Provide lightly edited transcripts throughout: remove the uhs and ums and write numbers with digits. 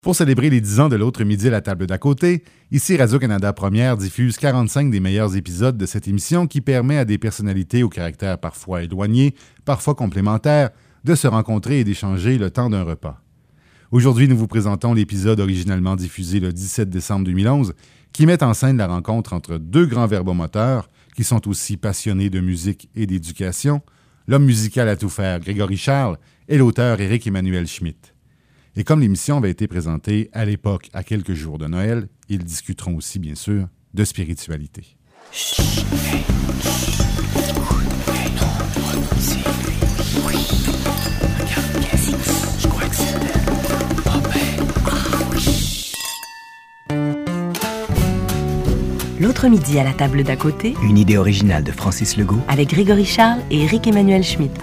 Pour célébrer les 10 ans de l'autre midi à la table d'à côté, ici Radio-Canada Première diffuse 45 des meilleurs épisodes de cette émission qui permet à des personnalités au caractère parfois éloigné, parfois complémentaires, de se rencontrer et d'échanger le temps d'un repas. Aujourd'hui, nous vous présentons l'épisode originalement diffusé le 17 décembre 2011 qui met en scène la rencontre entre deux grands verbomoteurs qui sont aussi passionnés de musique et d'éducation, l'homme musical à tout faire Grégory Charles et l'auteur Éric-Emmanuel Schmitt. Et comme l'émission avait été présentée à l'époque à quelques jours de Noël, ils discuteront aussi, bien sûr, de spiritualité. L'autre midi à la table d'à côté, une idée originale de Francis Legault avec Grégory Charles et Éric-Emmanuel Schmitt.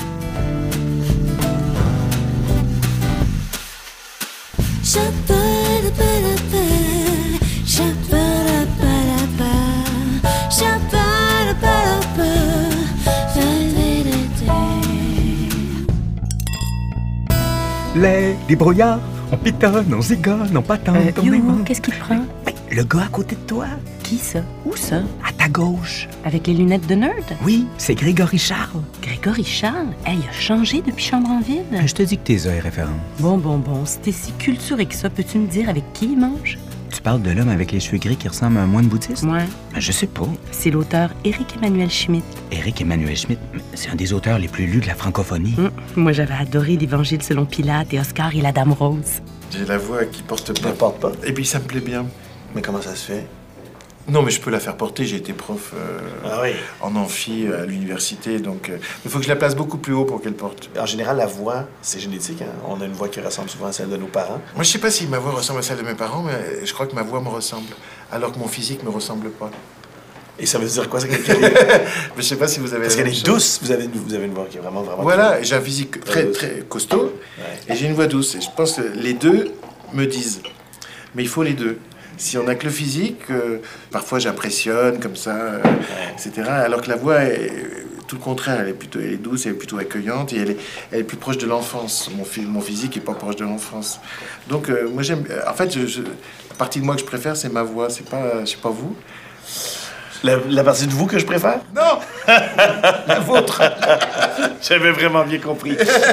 Les brouillards, on pitonne, on zigonne, on patente, on démonte. Qu'est-ce qu'il prend? Le gars à côté de toi, Qui ça? Où ça? à ta gauche. Avec les lunettes de nerd? Oui, c'est Grégory Charles. Grégory Charles? Hey, il a changé depuis Chambre en vide? Je te dis que tes œils référents. Bon, si t'es si culturé que ça, peux-tu me dire avec qui il mange? Tu parles de l'homme avec les cheveux gris qui ressemble à un moine bouddhiste? Ouais, Ben, je sais pas. c'est l'auteur Éric-Emmanuel Schmitt. Éric-Emmanuel Schmitt, c'est un des auteurs les plus lus de la francophonie. Moi, j'avais adoré l'Évangile selon Pilate et Oscar et la Dame Rose. J'ai la voix qui porte pas. Ne porte pas. Et puis ça me plaît bien. Mais comment ça se fait? Non, mais je peux la faire porter. J'ai été prof Ah oui. en amphi à l'université, donc il faut que je la place beaucoup plus haut pour qu'elle porte. En général, la voix, c'est génétique. Hein? On a une voix qui ressemble souvent à celle de nos parents. Moi, je sais pas si ma voix ressemble à celle de mes parents, mais je crois que ma voix me ressemble, alors que mon physique me ressemble pas. Et ça veut dire quoi? Mais je sais pas si vous avez. Parce la qu'elle même est chose. douce. Vous avez une voix qui est vraiment Voilà, j'ai un physique très costaud, Ouais. et j'ai une voix douce. Et je pense que les deux me disent. Mais il faut les deux. Si on n'a que le physique, parfois j'impressionne comme ça, etc. Alors que la voix est tout le contraire. Elle est douce, elle est plutôt accueillante, et elle est plus proche de l'enfance. Mon physique est pas proche de l'enfance. Donc moi j'aime. En fait, la partie de moi que je préfère, c'est ma voix. C'est pas, je sais pas vous. La partie de vous que je préfère? Non, la vôtre. J'avais vraiment bien compris.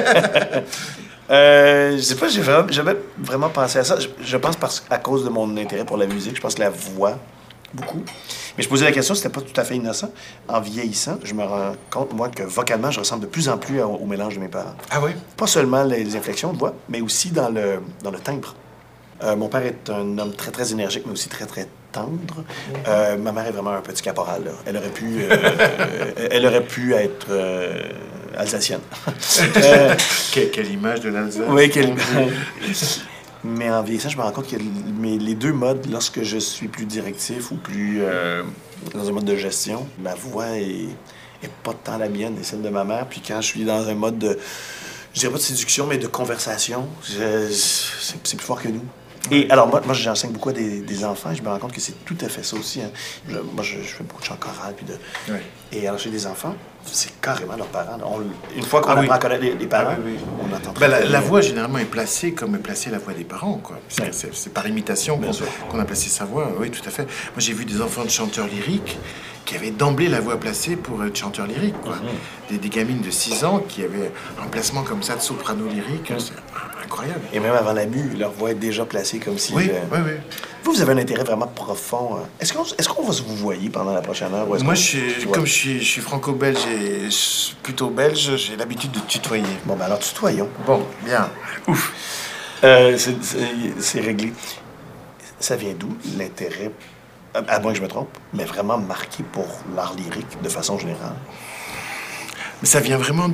Je sais pas, j'ai jamais vraiment pensé à ça. Je pense à cause de mon intérêt pour la musique. Je pense que la voix, beaucoup. Mais je posais la question, c'était pas tout à fait innocent. En vieillissant, je me rends compte, moi, que vocalement, je ressemble de plus en plus au mélange de mes parents. Ah oui? Pas seulement les inflexions de voix, mais aussi dans le timbre. Mon père est un homme très, très énergique, mais aussi très, très tendre. Ma mère est vraiment un petit caporal, là. Elle aurait pu être alsacienne. Quelle image de l'Alsace. Oui, mais en vieillissant, je me rends compte que les deux modes, lorsque je suis plus directif ou plus dans un mode de gestion, ma voix est pas tant la mienne et celle de ma mère. Puis quand je suis dans un mode de, je dirais pas de séduction, mais de conversation, c'est plus fort que nous. Et alors, moi j'enseigne beaucoup à des enfants et je me rends compte que c'est tout à fait ça aussi. Hein. Je fais beaucoup de chant choral. Puis Oui. Et alors, chez des enfants, c'est carrément leurs parents. Une fois qu'on apprend à connaître les parents, on entend très Ben, bien. la voix, généralement, est placée comme est placée la voix des parents, quoi. C'est par imitation Bien sûr. qu'on a placé sa voix. Oui, tout à fait. Moi, j'ai vu des enfants de chanteurs lyriques qui avaient d'emblée la voix placée pour être chanteurs lyriques, quoi. Des gamines de 6 ans qui avaient un placement comme ça de soprano lyrique. C'est incroyable. Et même avant la mue, leur voix est déjà placée comme si... Oui. Vous avez un intérêt vraiment profond. Est-ce qu'on va se vous voyer pendant la prochaine heure? Moi, comme je suis franco-belge et plutôt belge, j'ai l'habitude de tutoyer. Bon, ben alors, tutoyons. Bon, bien. Ouf. C'est réglé. Ça vient d'où, l'intérêt, à moins que je me trompe, mais vraiment marqué pour l'art lyrique de façon générale? Mais ça vient vraiment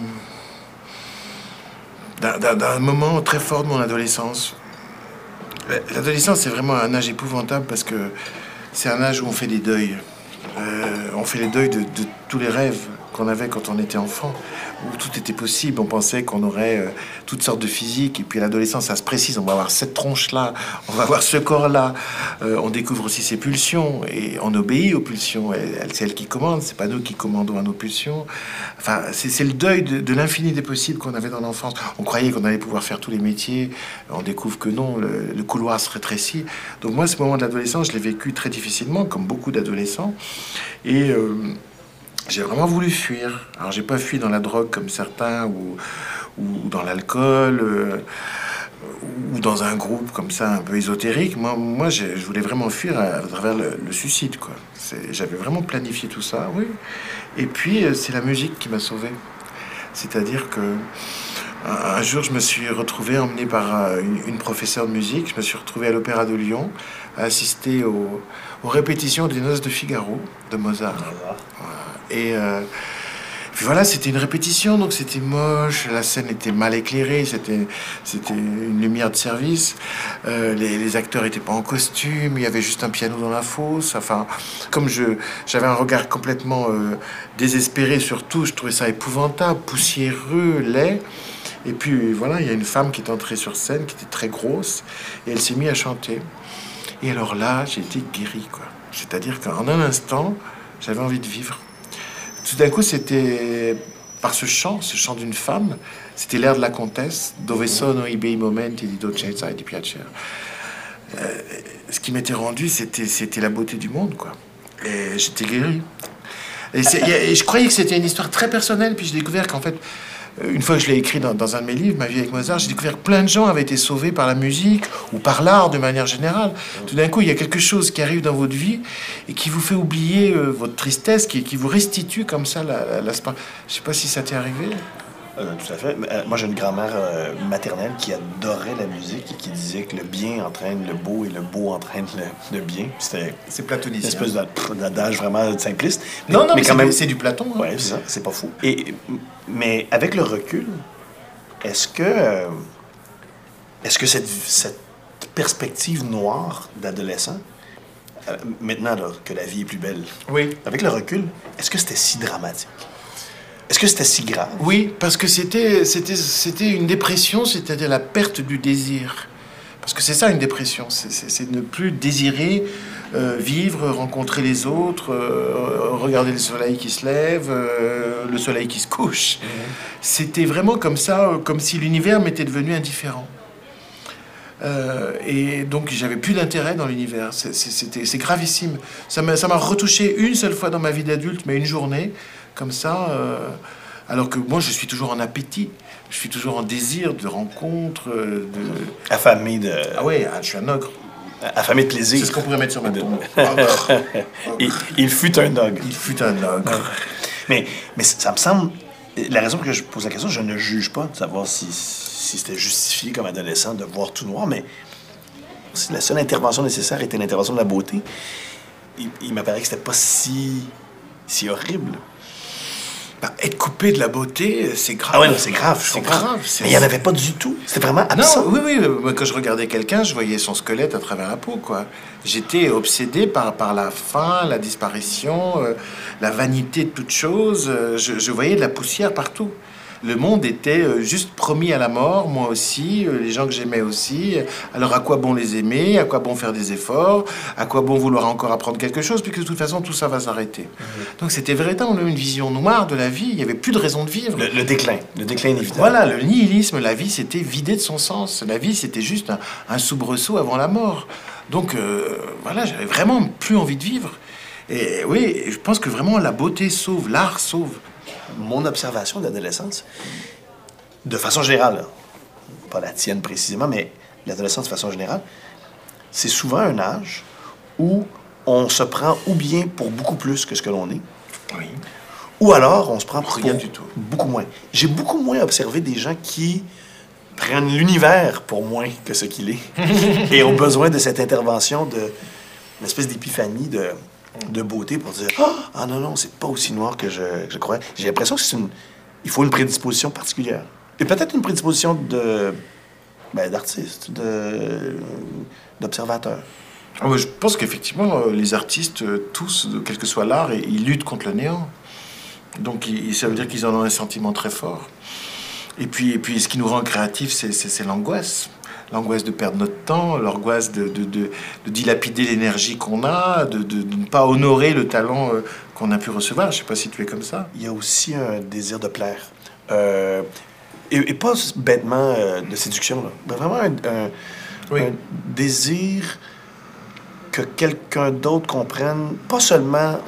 d'un moment très fort de mon adolescence. L'adolescence, c'est vraiment un âge épouvantable parce que c'est un âge où on fait des deuils. On fait les deuils de tous les rêves qu'on avait quand on était enfant, où tout était possible. On pensait qu'on aurait toutes sortes de physiques. Et puis à l'adolescence, ça se précise. On va avoir cette tronche-là, on va avoir ce corps-là. On découvre aussi ses pulsions et on obéit aux pulsions. C'est elle qui commande, c'est pas nous qui commandons à nos pulsions. Enfin, c'est le deuil de l'infini des possibles qu'on avait dans l'enfance. On croyait qu'on allait pouvoir faire tous les métiers. On découvre que non, le couloir se rétrécit. Donc moi, ce moment de l'adolescence, je l'ai vécu très difficilement, comme beaucoup d'adolescents. Et j'ai vraiment voulu fuir. Alors, j'ai pas fui dans la drogue comme certains, ou dans l'alcool, ou dans un groupe comme ça, un peu ésotérique. Moi je voulais vraiment fuir à travers le suicide, quoi. J'avais vraiment planifié tout ça, oui. Et puis, c'est la musique qui m'a sauvé. C'est-à-dire que un jour, je me suis retrouvé emmené par une professeure de musique. Je me suis retrouvé à l'Opéra de Lyon, à assister aux répétitions des Noces de Figaro de Mozart. Voilà. Et puis voilà, c'était une répétition, donc c'était moche, la scène était mal éclairée, c'était une lumière de service, les acteurs n'étaient pas en costume, il y avait juste un piano dans la fosse. Enfin, comme j'avais un regard complètement désespéré sur tout, je trouvais ça épouvantable, poussiéreux, laid. Et puis voilà, il y a une femme qui est entrée sur scène, qui était très grosse, et elle s'est mise à chanter. Et alors là, j'ai été guéri, quoi. C'est-à-dire qu'en un instant, j'avais envie de vivre. Tout d'un coup, c'était par ce chant d'une femme, c'était l'air de la comtesse, Dove sono i bei momenti di dolcezza e di piacere. Ce qui m'était rendu, c'était la beauté du monde, quoi. Et j'étais guéri. Et je croyais que c'était une histoire très personnelle, puis j'ai découvert qu'en fait, une fois que je l'ai écrit dans un de mes livres, Ma vie avec Mozart, j'ai découvert que plein de gens avaient été sauvés par la musique ou par l'art de manière générale. Tout d'un coup, il y a quelque chose qui arrive dans votre vie et qui vous fait oublier votre tristesse, qui vous restitue comme ça la spa. Je sais pas si ça t'est arrivé. Tout à fait. Moi, j'ai une grand-mère maternelle qui adorait la musique et qui disait que le bien entraîne le beau et le beau entraîne le bien. C'est platonicien. Une espèce d'adage vraiment simpliste. Mais quand même, c'est du Platon. Hein. Oui, c'est ça. C'est pas fou. Mais avec le recul, est-ce que cette perspective noire d'adolescent, maintenant là, que la vie est plus belle, oui. Avec le recul, est-ce que c'était si dramatique? Est-ce que c'était si grave? Oui, parce que c'était une dépression, c'est-à-dire la perte du désir. Parce que c'est ça, une dépression. C'est ne plus désirer vivre, rencontrer les autres, regarder le soleil qui se lève, le soleil qui se couche. C'était vraiment comme ça, comme si l'univers m'était devenu indifférent. Et donc, j'avais plus d'intérêt dans l'univers. C'est gravissime. Ça m'a retouché une seule fois dans ma vie d'adulte, mais une journée, comme ça, alors que moi, je suis toujours en appétit. Je suis toujours en désir de rencontre, affamé de... Ah ouais, je suis un ogre. Affamé de plaisir. C'est ce qu'on pourrait mettre sur ma tombe. Il fut un ogre. Il fut un ogre. Mais ça me semble... La raison pour laquelle je pose la question, je ne juge pas de savoir si c'était justifié comme adolescent de voir tout noir, mais si la seule intervention nécessaire était l'intervention de la beauté, il m'apparaît que c'était pas si horrible. Bah, être coupé de la beauté, c'est grave. Ah ouais, non, c'est grave. C'est grave. Mais il n'y en avait pas du tout. C'était vraiment absent. Non, oui. Moi, quand je regardais quelqu'un, je voyais son squelette à travers la peau, quoi. J'étais obsédé par la faim, la disparition, la vanité de toute chose. Je voyais de la poussière partout. Le monde était juste promis à la mort, moi aussi, les gens que j'aimais aussi. Alors à quoi bon les aimer? À quoi bon faire des efforts? À quoi bon vouloir encore apprendre quelque chose? Puisque de toute façon, tout ça va s'arrêter. Donc c'était véritablement une vision noire de la vie. Il n'y avait plus de raison de vivre. Le déclin inévitable. Voilà, le nihilisme, la vie s'était vidée de son sens. La vie, c'était juste un soubresaut avant la mort. Donc voilà, j'avais vraiment plus envie de vivre. Et oui, je pense que vraiment la beauté sauve, l'art sauve. Mon observation de l'adolescence, de façon générale, pas la tienne précisément, mais l'adolescence de façon générale, c'est souvent un âge où on se prend ou bien pour beaucoup plus que ce que l'on est, oui. Ou alors on se prend pour rien du tout. Beaucoup moins. J'ai beaucoup moins observé des gens qui prennent l'univers pour moins que ce qu'il est et ont besoin de cette intervention, une espèce d'épiphanie de beauté pour dire « Ah non, c'est pas aussi noir que je croyais. » J'ai l'impression que il faut une prédisposition particulière. Et peut-être une prédisposition d'artiste, d'observateur. Je pense qu'effectivement, les artistes, tous, quel que soit l'art, ils luttent contre le néant. Donc ça veut dire qu'ils en ont un sentiment très fort. Et puis ce qui nous rend créatifs, c'est l'angoisse. L'angoisse de perdre notre temps, l'angoisse de dilapider l'énergie qu'on a, de ne pas honorer le talent qu'on a pu recevoir. Je ne sais pas si tu es comme ça. Il y a aussi un désir de plaire. Et pas bêtement de séduction, là. Mais vraiment un désir que quelqu'un d'autre comprenne, pas seulement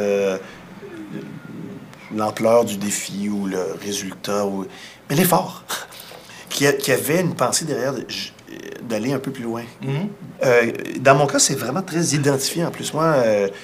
l'ampleur du défi ou le résultat, mais l'effort. Qu'il y avait une pensée derrière d'aller un peu plus loin. Dans mon cas, c'est vraiment très identifié. En plus, moi,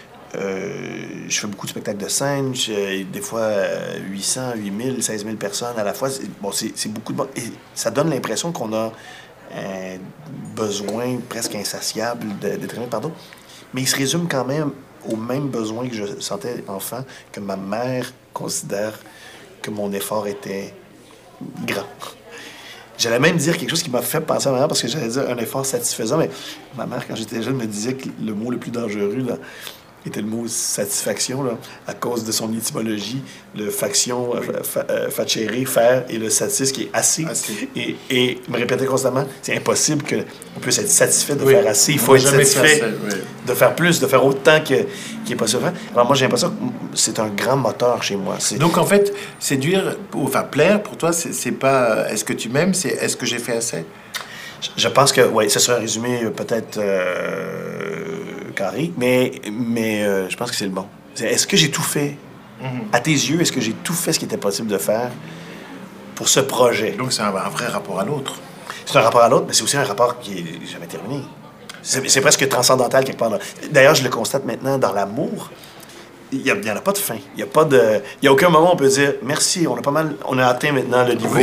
je fais beaucoup de spectacles de scène. Des fois, 800, 8000, 16 000 personnes à la fois. C'est beaucoup de monde. Et ça donne l'impression qu'on a un besoin presque insatiable d'être aimé par d'autres. Mais il se résume quand même aux mêmes besoins que je sentais enfant, que ma mère considère que mon effort était grand. J'allais même dire quelque chose qui m'a fait penser à ma mère, parce que j'allais dire un effort satisfaisant, mais ma mère, quand j'étais jeune, me disait que le mot le plus dangereux, là, était le mot satisfaction, là, à cause de son étymologie, le faction, facere, faire, et le satis, qui est assez. Et me répétait constamment, c'est impossible qu'on puisse être satisfait de faire assez. Il faut être satisfait de faire plus, de faire autant qui est possible de faire. Alors moi, j'ai l'impression que c'est un grand moteur chez moi. Donc en fait, séduire, enfin plaire, pour toi, c'est pas est-ce que tu m'aimes, c'est est-ce que j'ai fait assez? Je pense que, oui, ça serait un résumé peut-être carré, mais je pense que c'est le bon. Est-ce que j'ai tout fait? À tes yeux, est-ce que j'ai tout fait ce qui était possible de faire pour ce projet? Donc c'est un vrai rapport à l'autre. C'est un rapport à l'autre, mais c'est aussi un rapport qui n'est jamais terminé. C'est presque transcendantal quelque part. D'ailleurs, je le constate maintenant dans l'amour. Il n'y en a pas de fin. Il n'y a aucun moment où on peut dire merci, on a atteint maintenant le niveau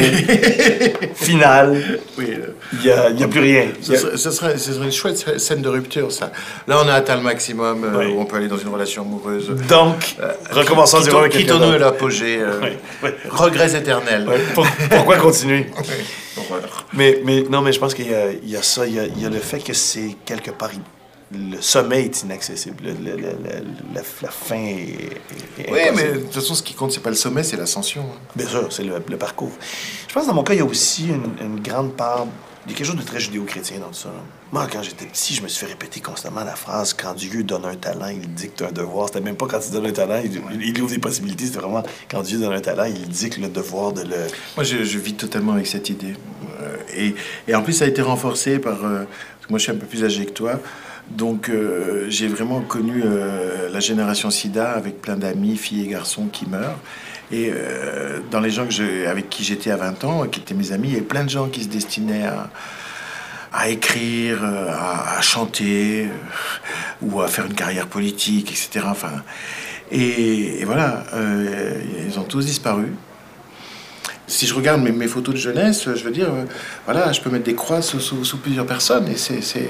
final. Oui. Il n'y a plus rien. Ce serait une chouette scène de rupture, ça. Là, on a atteint le maximum où on peut aller dans une relation amoureuse. Donc, recommençons à zéro avec quelqu'un d'autre. Quittons-nous l'apogée. Regrets éternels. Pourquoi continuer? Horreur. Mais je pense qu'il y a ça. Il y a le fait que c'est quelque part... Le sommet est inaccessible. La fin est oui, mais de toute façon, ce qui compte, c'est pas le sommet, c'est l'ascension. Bien sûr, c'est le parcours. Je pense que dans mon cas, il y a aussi une grande part... Il y a quelque chose de très judéo-chrétien dans tout ça. Moi, quand j'étais petit, je me suis fait répéter constamment la phrase « Quand Dieu donne un talent, il dicte un devoir ». C'était même pas quand il donne un talent, il ouvre des possibilités. C'était vraiment quand Dieu donne un talent, il dicte le devoir de le... Moi, je vis totalement avec cette idée. Et en plus, ça a été renforcé par... parce que moi, je suis un peu plus âgé que toi. Donc, j'ai vraiment connu la génération SIDA avec plein d'amis, filles et garçons qui meurent. Et dans les gens avec qui j'étais à 20 ans, qui étaient mes amis, il y avait plein de gens qui se destinaient à écrire, à chanter, ou à faire une carrière politique, etc. Enfin, et voilà, ils ont tous disparu. Si je regarde mes photos de jeunesse, je veux dire, voilà, je peux mettre des croix sous plusieurs personnes, et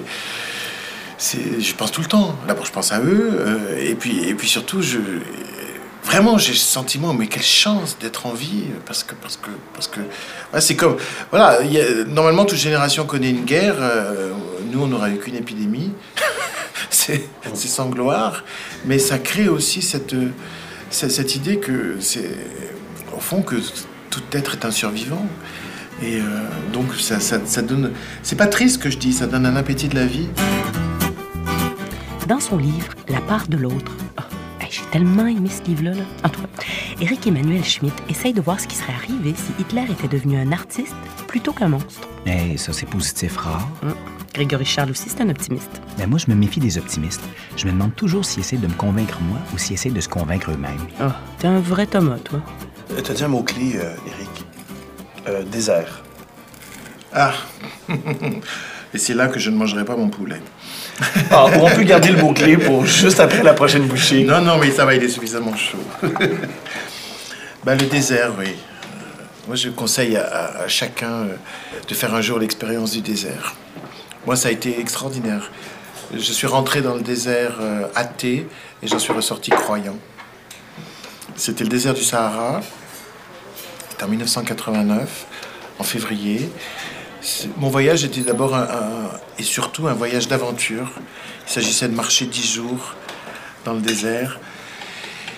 je pense tout le temps. D'abord, je pense à eux, et puis surtout, vraiment, j'ai le sentiment, mais quelle chance d'être en vie, parce que ouais, c'est comme, voilà, normalement, toute génération connaît une guerre. Nous, on n'aura eu qu'une épidémie. c'est sans gloire, mais ça crée aussi cette idée que c'est, au fond, que tout être est un survivant. Et donc, ça donne... C'est pas triste ce que je dis, ça donne un appétit de la vie. Dans son livre « La part de l'autre », j'ai tellement aimé ce livre-là. Là. En tout cas, Éric Emmanuel Schmitt essaye de voir ce qui serait arrivé si Hitler était devenu un artiste plutôt qu'un monstre. Hey, ça, c'est positif rare. Grégory Charles aussi, c'est un optimiste. Ben moi, je me méfie des optimistes. Je me demande toujours s'ils essaient de me convaincre moi ou s'ils essaient de se convaincre eux-mêmes. Ah, t'es un vrai Thomas, toi. T'as dit un mot-clé, Éric. Désert. Ah! Et c'est là que je ne mangerai pas mon poulet. Ah, on peut garder le mot-clé pour juste après la prochaine bouchée. Non, mais ça va, il est suffisamment chaud. Ben, le désert, oui. Moi, je conseille à chacun de faire un jour l'expérience du désert. Moi, ça a été extraordinaire. Je suis rentré dans le désert athée et j'en suis ressorti croyant. C'était le désert du Sahara. C'était en 1989, en février. Mon voyage était d'abord et surtout un voyage d'aventure. Il s'agissait de marcher 10 jours dans le désert.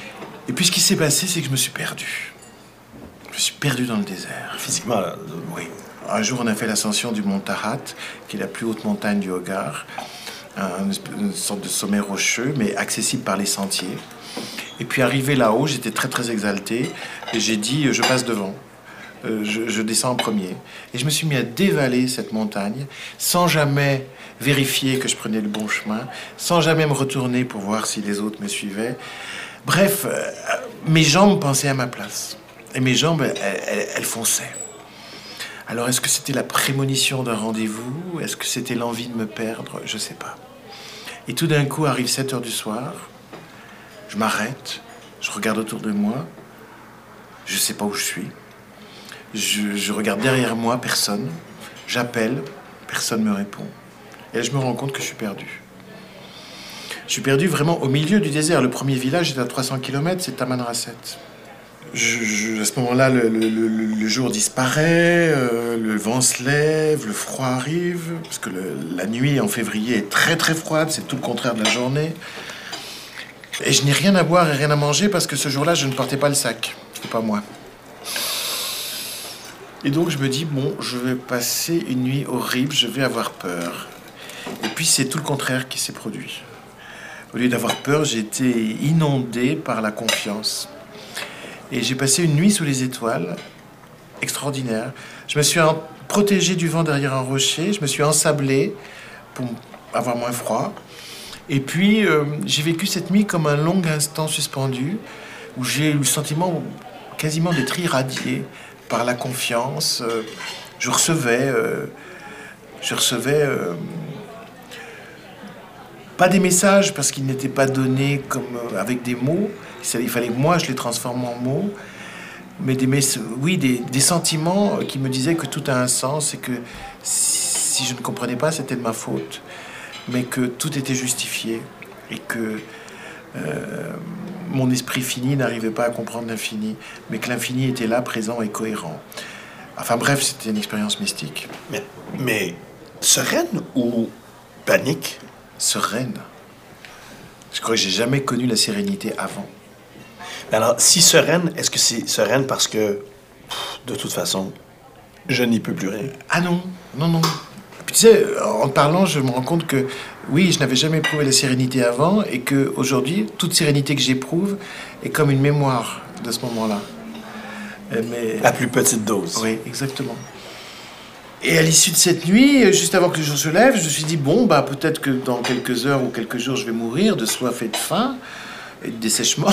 Et puis ce qui s'est passé, c'est que je me suis perdu. Je me suis perdu dans le désert. Physiquement, là, Oui. Un jour, on a fait l'ascension du mont Tahat, qui est la plus haute montagne du Hogar. Une sorte de sommet rocheux, mais accessible par les sentiers. Et puis arrivé là-haut, j'étais très très exalté. Et j'ai dit, je passe devant. Je descends en premier. Et je me suis mis à dévaler cette montagne, sans jamais vérifier que je prenais le bon chemin, sans jamais me retourner pour voir si les autres me suivaient. Bref, mes jambes pensaient à ma place. Et mes jambes, elles fonçaient. Alors, est-ce que c'était la prémonition d'un rendez-vous? Est-ce que c'était l'envie de me perdre? Je ne sais pas. Et tout d'un coup, arrive 7 heures du soir. Je m'arrête. Je regarde autour de moi. Je ne sais pas où je suis. Je regarde derrière moi, personne. J'appelle. Personne ne me répond. Et là, je me rends compte que je suis perdu. Je suis perdu vraiment au milieu du désert. Le premier village est à 300 km, c'est Tamanrasset. À ce moment-là, le jour disparaît, le vent se lève, le froid arrive, parce que la nuit en février est très très froide, c'est tout le contraire de la journée. Et je n'ai rien à boire et rien à manger parce que ce jour-là, je ne portais pas le sac. C'était pas moi. Et donc je me dis, bon, je vais passer une nuit horrible, je vais avoir peur. Et puis c'est tout le contraire qui s'est produit. Au lieu d'avoir peur, j'ai été inondé par la confiance. Et j'ai passé une nuit sous les étoiles, extraordinaire. Je me suis protégé du vent derrière un rocher, je me suis ensablé pour avoir moins froid. Et puis, j'ai vécu cette nuit comme un long instant suspendu, où j'ai eu le sentiment quasiment d'être irradié par la confiance. Je recevais pas des messages parce qu'ils n'étaient pas donnés comme avec des mots. Il fallait que moi je les transforme en mots. Mais des sentiments qui me disaient que tout a un sens et que si je ne comprenais pas, c'était de ma faute. Mais que tout était justifié et que mon esprit fini n'arrivait pas à comprendre l'infini, mais que l'infini était là, présent et cohérent. Enfin bref, c'était une expérience mystique. Mais sereine ou panique? Sereine. Je crois que j'ai jamais connu la sérénité avant. Alors, si sereine, est-ce que c'est sereine parce que, de toute façon, je n'y peux plus rien? Ah non. Puis, tu sais, en parlant, je me rends compte que, oui, je n'avais jamais éprouvé la sérénité avant et qu'aujourd'hui, toute sérénité que j'éprouve est comme une mémoire de ce moment-là. Mais... À plus petite dose. Oui, exactement. Et à l'issue de cette nuit, juste avant que le jour se lève, je me suis dit, bon, bah, peut-être que dans quelques heures ou quelques jours, je vais mourir de soif et de faim et de dessèchement.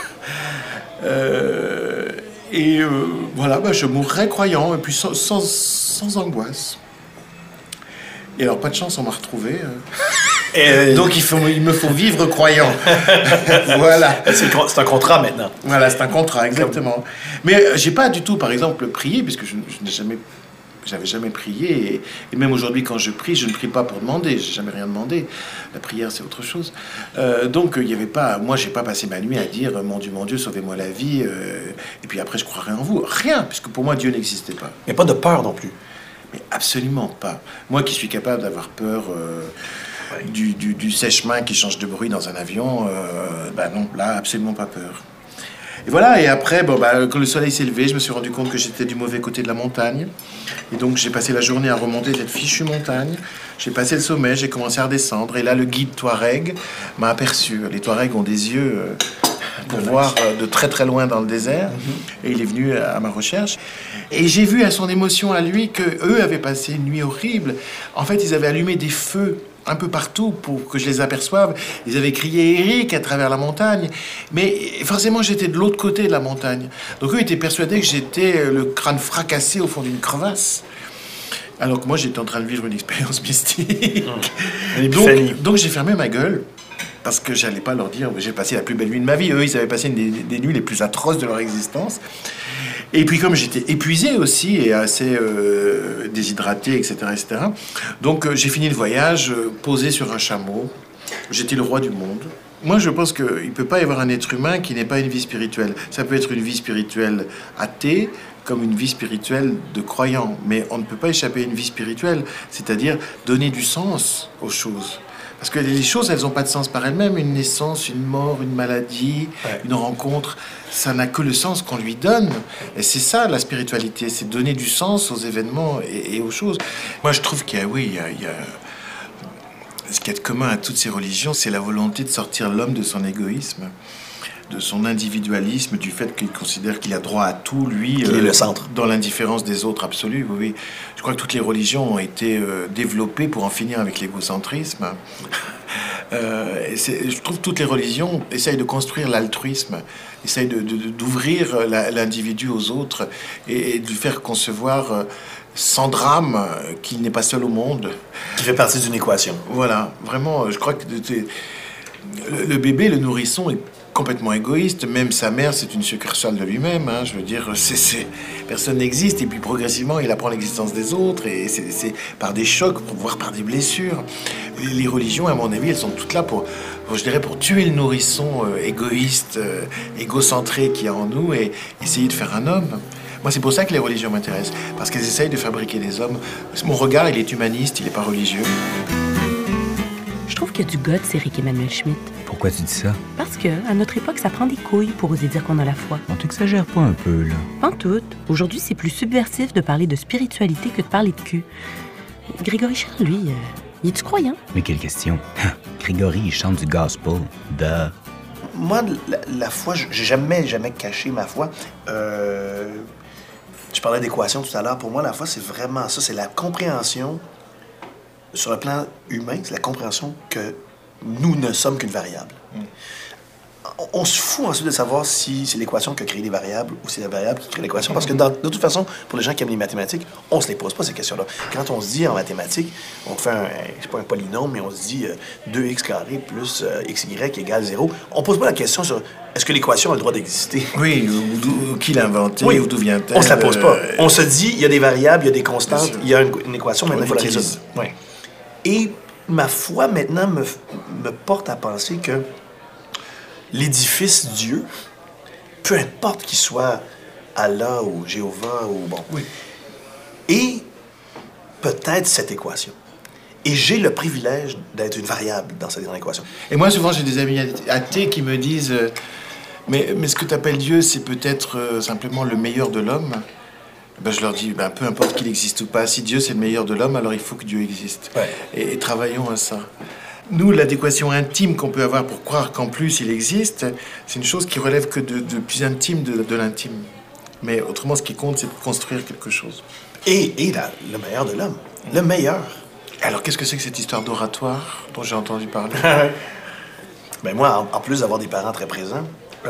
Voilà, bah, je mourrai croyant, et puis sans angoisse. Et alors, pas de chance, on m'a retrouvé. Donc, il me faut vivre croyant. Voilà. C'est un contrat maintenant. Voilà, c'est un contrat, exactement. Mais j'ai pas du tout, par exemple, prié, puisque j'avais jamais prié. Et même aujourd'hui, quand je prie, je ne prie pas pour demander. J'ai jamais rien demandé. La prière, c'est autre chose. Donc, il y avait pas... Moi, j'ai pas passé ma nuit à dire « Mon Dieu, sauvez-moi la vie. Et puis après, je croirai en vous. » Rien, puisque pour moi, Dieu n'existait pas. Mais pas de peur non plus. Mais absolument pas. Moi qui suis capable d'avoir peur du sèche-main qui change de bruit dans un avion, non, là, absolument pas peur. Et voilà, et après, quand le soleil s'est levé, je me suis rendu compte que j'étais du mauvais côté de la montagne. Et donc, j'ai passé la journée à remonter cette fichue montagne. J'ai passé le sommet, j'ai commencé à redescendre. Et là, le guide Touareg m'a aperçu. Les Touaregs ont des yeux pour voir de très très loin dans le désert. Et il est venu à ma recherche. Et j'ai vu à son émotion à lui qu'eux avaient passé une nuit horrible. En fait, ils avaient allumé des feux un peu partout pour que je les aperçoive. Ils avaient crié « Eric » à travers la montagne. Mais forcément, j'étais de l'autre côté de la montagne. Donc eux étaient persuadés que j'étais le crâne fracassé au fond d'une crevasse. Alors que moi, j'étais en train de vivre une expérience mystique. Donc j'ai fermé ma gueule. Parce que j'allais pas leur dire, j'ai passé la plus belle nuit de ma vie. Eux, ils avaient passé des nuits les plus atroces de leur existence. Et puis comme j'étais épuisé aussi et assez déshydraté, etc., donc j'ai fini le voyage posé sur un chameau. J'étais le roi du monde. Moi, je pense qu'il ne peut pas y avoir un être humain qui n'ait pas une vie spirituelle. Ça peut être une vie spirituelle athée, comme une vie spirituelle de croyant. Mais on ne peut pas échapper à une vie spirituelle, c'est-à-dire donner du sens aux choses. Parce que les choses, elles n'ont pas de sens par elles-mêmes. Une naissance, une mort, une maladie, une rencontre, ça n'a que le sens qu'on lui donne. Et c'est ça, la spiritualité, c'est donner du sens aux événements et aux choses. Moi, je trouve qu'il y a, ce qui est de commun à toutes ces religions, c'est la volonté de sortir l'homme de son égoïsme, de son individualisme, du fait qu'il considère qu'il a droit à tout, lui, qu'il est le centre, dans l'indifférence des autres absolue. Oui. Je crois que toutes les religions ont été développées pour en finir avec l'égocentrisme. Je trouve que toutes les religions essayent de construire l'altruisme, essayent d'ouvrir l'individu aux autres et de lui faire concevoir sans drame qu'il n'est pas seul au monde. Qui fait partie d'une équation. Voilà, vraiment, je crois que le bébé, le nourrisson, est complètement égoïste. Même sa mère, c'est une succursale de lui-même. Hein. Je veux dire, personne n'existe. Et puis progressivement, il apprend l'existence des autres. Et c'est par des chocs, voire par des blessures. Les religions, à mon avis, elles sont toutes là pour tuer le nourrisson égoïste, égocentré qu'il y a en nous et essayer de faire un homme. Moi, c'est pour ça que les religions m'intéressent. Parce qu'elles essayent de fabriquer des hommes. Mon regard, il est humaniste, il n'est pas religieux. Je trouve qu'il y a du guts, Éric Emmanuel Schmitt. Pourquoi tu dis ça? Parce que, à notre époque, ça prend des couilles pour oser dire qu'on a la foi. On t'exagère pas un peu, là? Pas en tout. Aujourd'hui, c'est plus subversif de parler de spiritualité que de parler de cul. Grégory Charles, lui, il est-tu croyant? Mais quelle question? Grégory, il chante du gospel. Moi, la foi, j'ai jamais caché ma foi. Je parlais d'équation tout à l'heure. Pour moi, la foi, c'est vraiment ça. C'est la compréhension, sur le plan humain, c'est la compréhension que nous ne sommes qu'une variable. On se fout ensuite de savoir si c'est l'équation qui a créé les variables ou c'est la variable qui crée l'équation. Parce que de toute façon, pour les gens qui aiment les mathématiques, on ne se les pose pas, ces questions-là. Quand on se dit en mathématiques, on fait c'est pas un polynôme, mais on se dit 2x carré plus xy égale 0. On ne pose pas la question sur est-ce que l'équation a le droit d'exister? Oui, ou qui l'a inventé, ou d'où vient-elle? On ne se la pose pas. On se dit, il y a des variables, il y a des constantes, il y a une équation, maintenant il faut la résoudre. Ouais. Et ma foi, maintenant, me porte à penser que l'édifice Dieu, peu importe qu'il soit Allah ou Jéhovah ou bon, et peut-être cette équation. Et j'ai le privilège d'être une variable dans cette grande équation. Et moi, souvent, j'ai des amis athées qui me disent mais ce que tu appelles Dieu, c'est peut-être simplement le meilleur de l'homme. Ben, je leur dis, peu importe qu'il existe ou pas, si Dieu c'est le meilleur de l'homme, alors il faut que Dieu existe. Ouais. Et travaillons à ça. Nous, l'adéquation intime qu'on peut avoir pour croire qu'en plus il existe, c'est une chose qui relève que de plus intime de l'intime. Mais autrement, ce qui compte, c'est de construire quelque chose. Et le meilleur de l'homme. Le meilleur. Alors, qu'est-ce que c'est que cette histoire d'oratoire dont j'ai entendu parler? Moi, en plus d'avoir des parents très présents,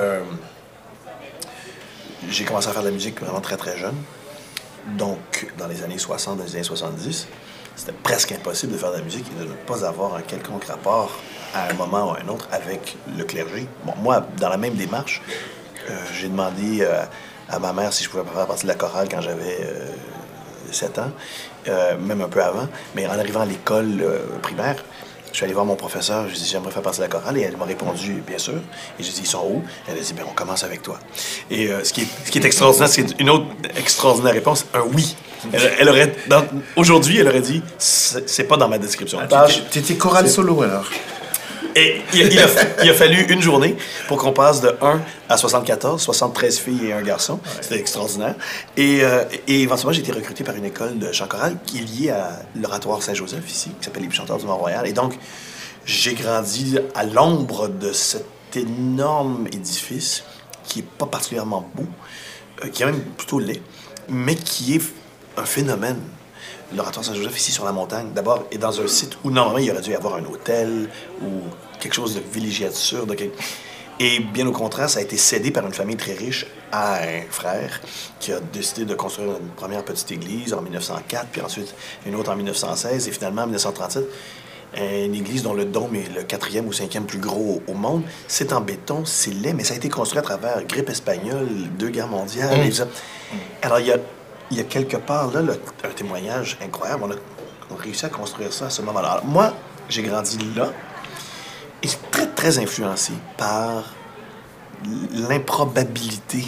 j'ai commencé à faire de la musique vraiment très, très jeune. Donc, dans les années 60, dans les années 70, c'était presque impossible de faire de la musique et de ne pas avoir un quelconque rapport à un moment ou à un autre avec le clergé. Bon, moi, dans la même démarche, j'ai demandé à ma mère si je pouvais faire partie de la chorale quand j'avais 7 ans, même un peu avant. Mais en arrivant à l'école primaire, je suis allé voir mon professeur, je lui ai dit « J'aimerais faire partie de la chorale » et elle m'a répondu « Bien sûr ». Et j'ai dit « Ils sont où ?» Elle a dit « On commence avec toi ». Et ce qui est extraordinaire, c'est une autre extraordinaire réponse, un « oui ». Aujourd'hui, elle aurait dit « C'est pas dans ma description. » T'étais chorale solo, alors? Et il a fallu une journée pour qu'on passe de 1 à 74, 73 filles et un garçon. Ouais. C'était extraordinaire. Et éventuellement, j'ai été recruté par une école de chant choral qui est liée à l'Oratoire Saint-Joseph, ici, qui s'appelle les Chanteurs du Mont-Royal. Et donc, j'ai grandi à l'ombre de cet énorme édifice qui n'est pas particulièrement beau, qui est même plutôt laid, mais qui est un phénomène. L'Oratoire Saint-Joseph, ici sur la montagne, d'abord, est dans un site où normalement il aurait dû y avoir un hôtel ou quelque chose de villégiature. Et bien au contraire, ça a été cédé par une famille très riche à un frère qui a décidé de construire une première petite église en 1904, puis ensuite une autre en 1916, et finalement en 1937, une église dont le dôme est le 4e ou 5e plus gros au monde. C'est en béton, c'est laid, mais ça a été construit à travers grippe espagnole, 2 guerres mondiales, et tout ça. Alors il y a quelque part, là, un témoignage incroyable. On a réussi à construire ça à ce moment-là. Alors, moi, j'ai grandi là et très, très influencé par l'improbabilité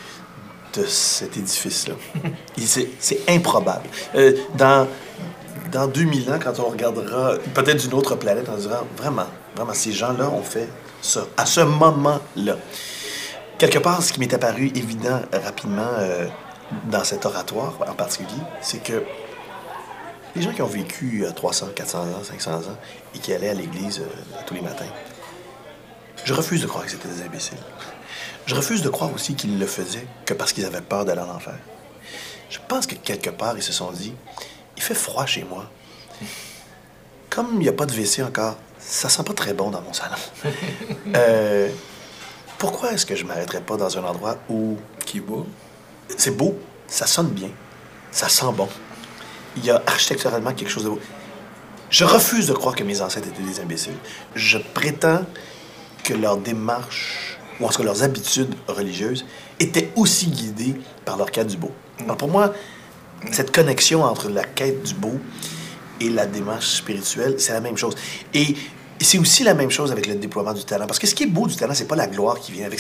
de cet édifice-là. C'est improbable. Dans dans 2000 ans, quand on regardera peut-être d'une autre planète, on dira vraiment, ces gens-là ont fait ça, à ce moment-là. Quelque part, ce qui m'est apparu évident rapidement dans cet oratoire en particulier, c'est que les gens qui ont vécu 300, 400 ans, 500 ans et qui allaient à l'église tous les matins, je refuse de croire que c'était des imbéciles. Je refuse de croire aussi qu'ils ne le faisaient que parce qu'ils avaient peur d'aller en enfer. Je pense que quelque part, ils se sont dit, il fait froid chez moi. Comme il n'y a pas de WC encore, ça sent pas très bon dans mon salon. Pourquoi est-ce que je m'arrêterais pas dans un endroit où... Qui est beau. C'est beau, ça sonne bien, ça sent bon. Il y a architecturalement quelque chose de beau. Je refuse de croire que mes ancêtres étaient des imbéciles. Je prétends que leur démarche, ou en tout cas leurs habitudes religieuses, étaient aussi guidées par leur quête du beau. Alors pour moi, cette connexion entre la quête du beau et la démarche spirituelle, c'est la même chose. Et c'est aussi la même chose avec le déploiement du talent. Parce que ce qui est beau du talent, c'est pas la gloire qui vient avec,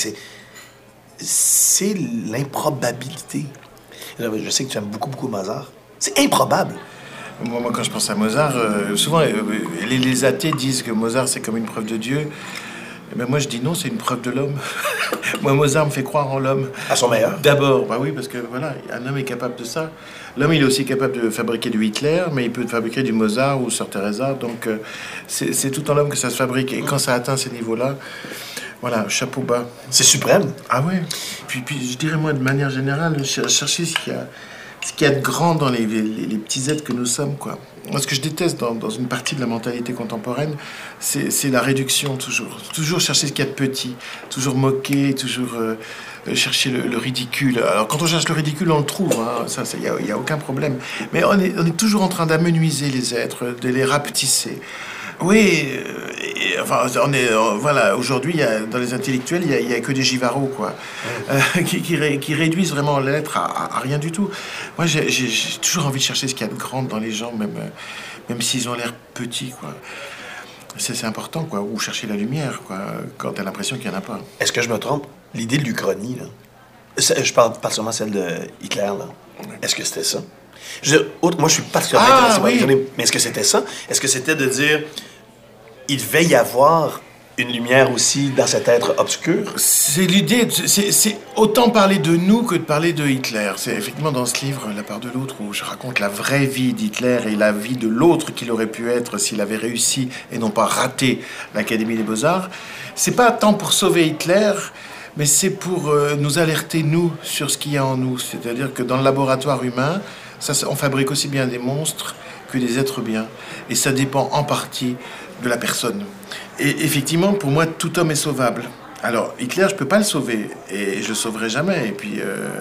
c'est l'improbabilité. Je sais que tu aimes beaucoup Mozart. C'est improbable. Moi, quand je pense à Mozart, souvent, les athées disent que Mozart, c'est comme une preuve de Dieu. Mais moi, je dis non, c'est une preuve de l'homme. Moi, Mozart me fait croire en l'homme. À son meilleur. D'abord, bah oui, parce que voilà, un homme est capable de ça. L'homme, il est aussi capable de fabriquer du Hitler, mais il peut fabriquer du Mozart ou Sœur Teresa. Donc, c'est tout en l'homme que ça se fabrique. Et quand ça atteint ces niveaux-là, voilà, chapeau bas. C'est suprême. Ah ouais. Puis, je dirais, moi, de manière générale, chercher ce qu'il y a de grand dans les petits êtres que nous sommes, quoi. Moi, ce que je déteste dans une partie de la mentalité contemporaine, c'est la réduction, toujours. Toujours chercher ce qu'il y a de petit, toujours moquer, toujours chercher le ridicule. Alors, quand on cherche le ridicule, on le trouve, hein. Ça, il n'y a aucun problème. Mais on est toujours en train d'amenuiser les êtres, de les rapetisser. Oui, voilà, aujourd'hui, dans les intellectuels, il y a que des givarots, quoi, qui réduisent vraiment l'être à rien du tout. Moi, j'ai toujours envie de chercher ce qu'il y a de grand dans les gens, même s'ils ont l'air petits, quoi. C'est important, quoi, ou chercher la lumière, quoi, quand t'as l'impression qu'il n'y en a pas. Est-ce que je me trompe? L'idée de l'Uchronie, là, je parle pas seulement celle de Hitler, là. Est-ce que c'était ça? Je veux dire, moi, je suis particulièrement intéressé par l'Uchronie, mais est-ce que c'était ça? Est-ce que c'était de dire, il devait y avoir une lumière aussi dans cet être obscur? C'est l'idée, c'est autant parler de nous que de parler de Hitler. C'est effectivement dans ce livre, La part de l'autre, où je raconte la vraie vie d'Hitler et la vie de l'autre qu'il aurait pu être s'il avait réussi et non pas raté l'Académie des Beaux-Arts. C'est pas tant pour sauver Hitler, mais c'est pour nous alerter, nous, sur ce qu'il y a en nous. C'est-à-dire que dans le laboratoire humain, on fabrique aussi bien des monstres que des êtres bien. Et ça dépend en partie de la personne. Et effectivement, pour moi, tout homme est sauvable. Alors, Hitler, je peux pas le sauver, et je le sauverai jamais. Et puis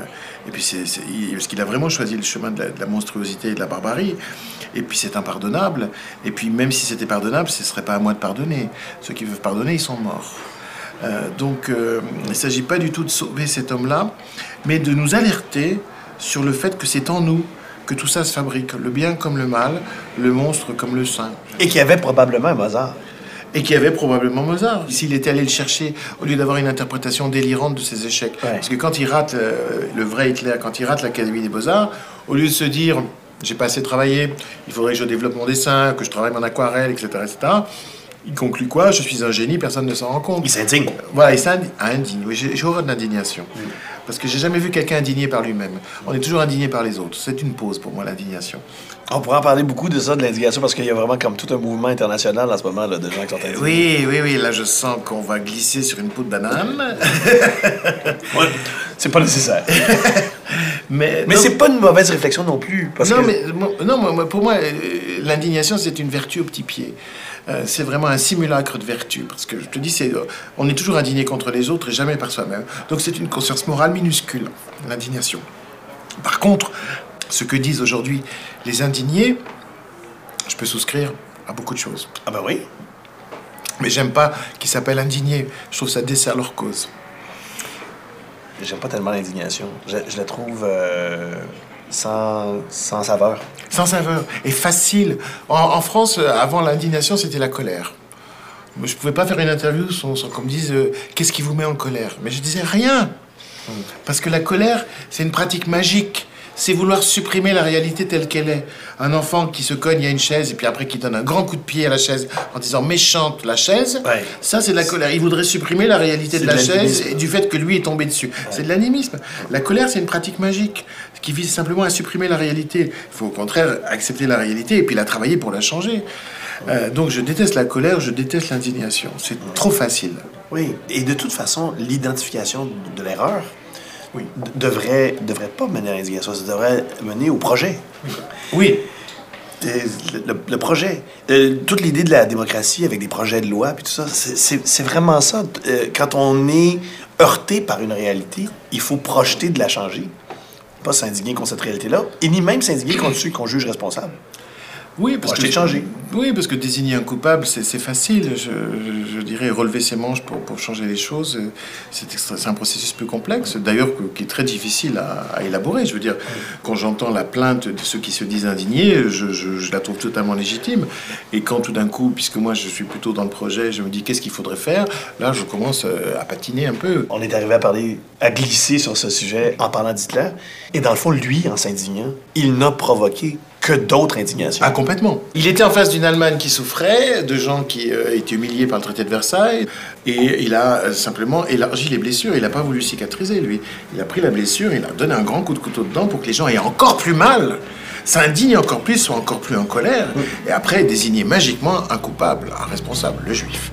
parce qu'il a vraiment choisi le chemin de la monstruosité et de la barbarie. Et puis c'est impardonnable. Et puis même si c'était pardonnable, ce serait pas à moi de pardonner. Ceux qui veulent pardonner, ils sont morts. Donc, il ne s'agit pas du tout de sauver cet homme-là, mais de nous alerter sur le fait que c'est en nous que tout ça se fabrique, le bien comme le mal, le monstre comme le saint. Et qu'il y avait probablement un Mozart. Et qu'il y avait probablement Mozart. S'il était allé le chercher, au lieu d'avoir une interprétation délirante de ses échecs. Ouais. Parce que quand il rate, le vrai Hitler, quand il rate l'Académie des Beaux-Arts, au lieu de se dire « j'ai pas assez travaillé, il faudrait que je développe mon dessin, que je travaille mon aquarelle, etc. etc. », il conclut quoi? Je suis un génie, personne ne s'en rend compte. Il s'indigne. Voilà, il s'indigne. Oui, j'ai horreur de l'indignation. Parce que j'ai jamais vu quelqu'un indigné par lui-même. On est toujours indigné par les autres. C'est une pause pour moi, l'indignation. On pourrait en parler beaucoup de ça, de l'indignation, parce qu'il y a vraiment comme tout un mouvement international en ce moment là, de gens qui sont indignés. Oui. Là, je sens qu'on va glisser sur une peau de banane. Ouais, c'est pas nécessaire. Mais c'est pas une mauvaise réflexion non plus. Parce pour moi, l'indignation, c'est une vertu au petit pied. C'est vraiment un simulacre de vertu. Parce que je te dis, on est toujours indigné contre les autres et jamais par soi-même. Donc c'est une conscience morale minuscule, l'indignation. Par contre, ce que disent aujourd'hui les indignés, je peux souscrire à beaucoup de choses. Ah ben oui. Mais j'aime pas qu'ils s'appellent indignés. Je trouve que ça dessert leur cause. J'aime pas tellement l'indignation. Je la trouve sans saveur. Sans saveur. Et facile. En France, avant l'indignation, c'était la colère. Je pouvais pas faire une interview sans qu'on me dise qu'est-ce qui vous met en colère. Mais je disais rien. Parce que la colère, c'est une pratique magique. c'est vouloir supprimer la réalité telle qu'elle est. Un enfant qui se cogne à une chaise et puis après qui donne un grand coup de pied à la chaise en disant méchante la chaise, ça c'est de la colère. Il voudrait supprimer la réalité de la chaise et du fait que lui est tombé dessus. C'est de l'animisme. La colère, c'est une pratique magique qui vise simplement à supprimer la réalité. Il faut au contraire accepter la réalité et puis la travailler pour la changer. Donc je déteste la colère, je déteste l'indignation. C'est trop facile. Oui, et de toute façon, l'identification de l'erreur devrait pas mener à l'indignation, ça devrait mener au projet. Oui. Le projet. Toute l'idée de la démocratie avec des projets de loi, puis tout ça, c'est vraiment ça. Quand on est heurté par une réalité, il faut projeter de la changer. Pas s'indigner contre cette réalité-là, et ni même s'indigner contre ceux qu'on juge responsables. Oui, parce que changer. Oui, parce que désigner un coupable, c'est facile. Je dirais relever ses manches pour changer les choses, c'est un processus plus complexe, d'ailleurs qui est très difficile à élaborer. Je veux dire, quand j'entends la plainte de ceux qui se disent indignés, je la trouve totalement légitime. Et quand tout d'un coup, puisque moi je suis plutôt dans le projet, je me dis qu'est-ce qu'il faudrait faire, là je commence à patiner un peu. On est arrivé à glisser sur ce sujet en parlant d'Hitler. Et dans le fond, lui, en s'indignant, il n'a provoqué que d'autres indignations. Ah, complètement. Il était en face d'une Allemagne qui souffrait, de gens qui étaient humiliés par le traité de Versailles, et il a simplement élargi les blessures. Il n'a pas voulu cicatriser, lui. Il a pris la blessure, il a donné un grand coup de couteau dedans pour que les gens aient encore plus mal, s'indignent encore plus, soient encore plus en colère, et après désigner magiquement un coupable, un responsable, le juif.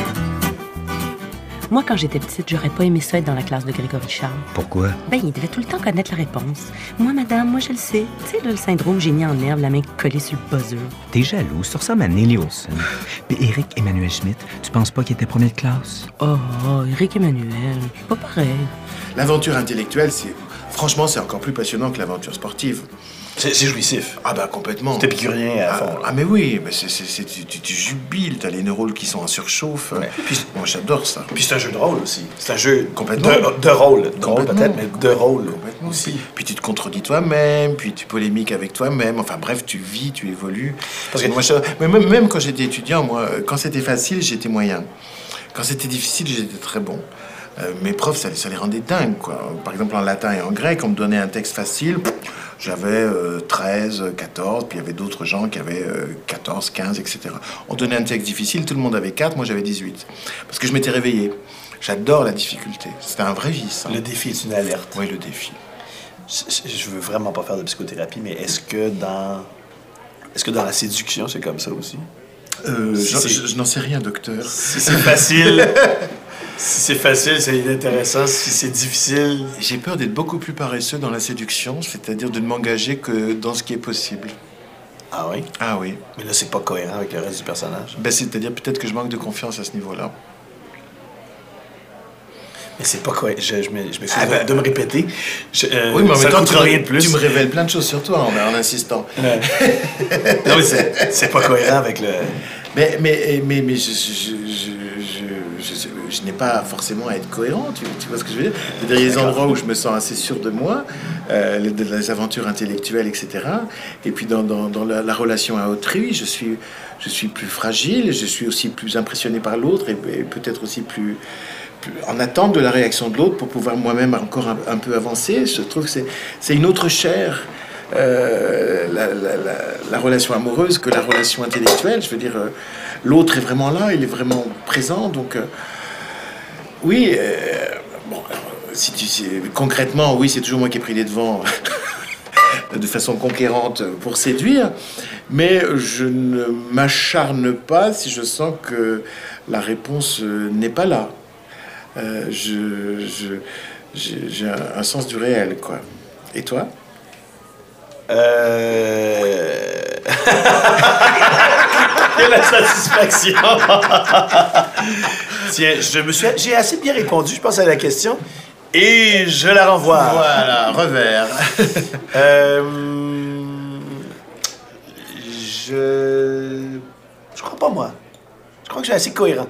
Moi, quand j'étais petite, j'aurais pas aimé ça être dans la classe de Grégory Charles. Pourquoi? Ben, il devait tout le temps connaître la réponse. Moi, madame, moi, je le sais. Tu sais, là, le syndrome génie en herbe, la main collée sur le buzzer. T'es jaloux, ça ressemble à Nelly Olson. Puis Éric Emmanuel Schmitt, tu penses pas qu'il était premier de classe? Oh, Éric Emmanuel, pas pareil. L'aventure intellectuelle, franchement, c'est encore plus passionnant que l'aventure sportive. C'est jouissif. Ah bah complètement. C'est épicurien à fond. Ah mais oui, mais tu jubiles, t'as les neurones qui sont en surchauffe. Ouais. Puis, moi j'adore ça. Puis c'est un jeu de rôle aussi. C'est un jeu complètement de rôle. Drôle peut-être, mais de rôle. Complètement aussi. Puis tu te contredis toi-même, puis tu polémiques avec toi-même. Enfin bref, tu vis, tu évolues. Parce que moi, mais même quand j'étais étudiant, moi, quand c'était facile, j'étais moyen. Quand c'était difficile, j'étais très bon. Mes profs, ça les rendait dingues, quoi. Par exemple, en latin et en grec, on me donnait un texte facile, j'avais 13, 14, puis il y avait d'autres gens qui avaient 14, 15, etc. On donnait un texte difficile, tout le monde avait 4, moi j'avais 18. Parce que je m'étais réveillé. J'adore la difficulté. C'était un vrai vice. Hein. Le défi est une alerte. Oui, le défi. Je veux vraiment pas faire de psychothérapie, mais est-ce que dans la séduction, c'est comme ça aussi? Je n'en sais rien, docteur. Si c'est facile... Si c'est facile, c'est inintéressant. Si c'est difficile... J'ai peur d'être beaucoup plus paresseux dans la séduction, c'est-à-dire de ne m'engager que dans ce qui est possible. Ah oui? Ah oui. Mais là, c'est pas cohérent avec le reste du personnage. Ben, c'est-à-dire peut-être que je manque de confiance à ce niveau-là. Mais c'est pas cohérent. Je m'excuse de me répéter. Oui, mais en même temps, rien de plus. Tu me révèles plein de choses sur toi en insistant. Non, mais c'est pas cohérent avec le... Mais je n'ai pas forcément à être cohérent, tu vois ce que je veux dire? Il y a des endroits où je me sens assez sûr de moi, les aventures intellectuelles, etc. Et puis dans la relation à autrui, je suis plus fragile, je suis aussi plus impressionné par l'autre et peut-être aussi plus en attente de la réaction de l'autre pour pouvoir moi-même encore un peu avancer. Je trouve que c'est une autre chair. La relation amoureuse que la relation intellectuelle. Je veux dire, l'autre est vraiment là, il est vraiment présent. Donc, oui, bon, concrètement, oui, c'est toujours moi qui ai pris les devants de façon conquérante pour séduire, mais je ne m'acharne pas si je sens que la réponse n'est pas là. J'ai un sens du réel, quoi. Et toi? Il y a la satisfaction. Tiens, j'ai assez bien répondu, je pense, à la question. Et je la renvoie. Voilà, revers. Je crois pas, moi. Je crois que je suis assez cohérent.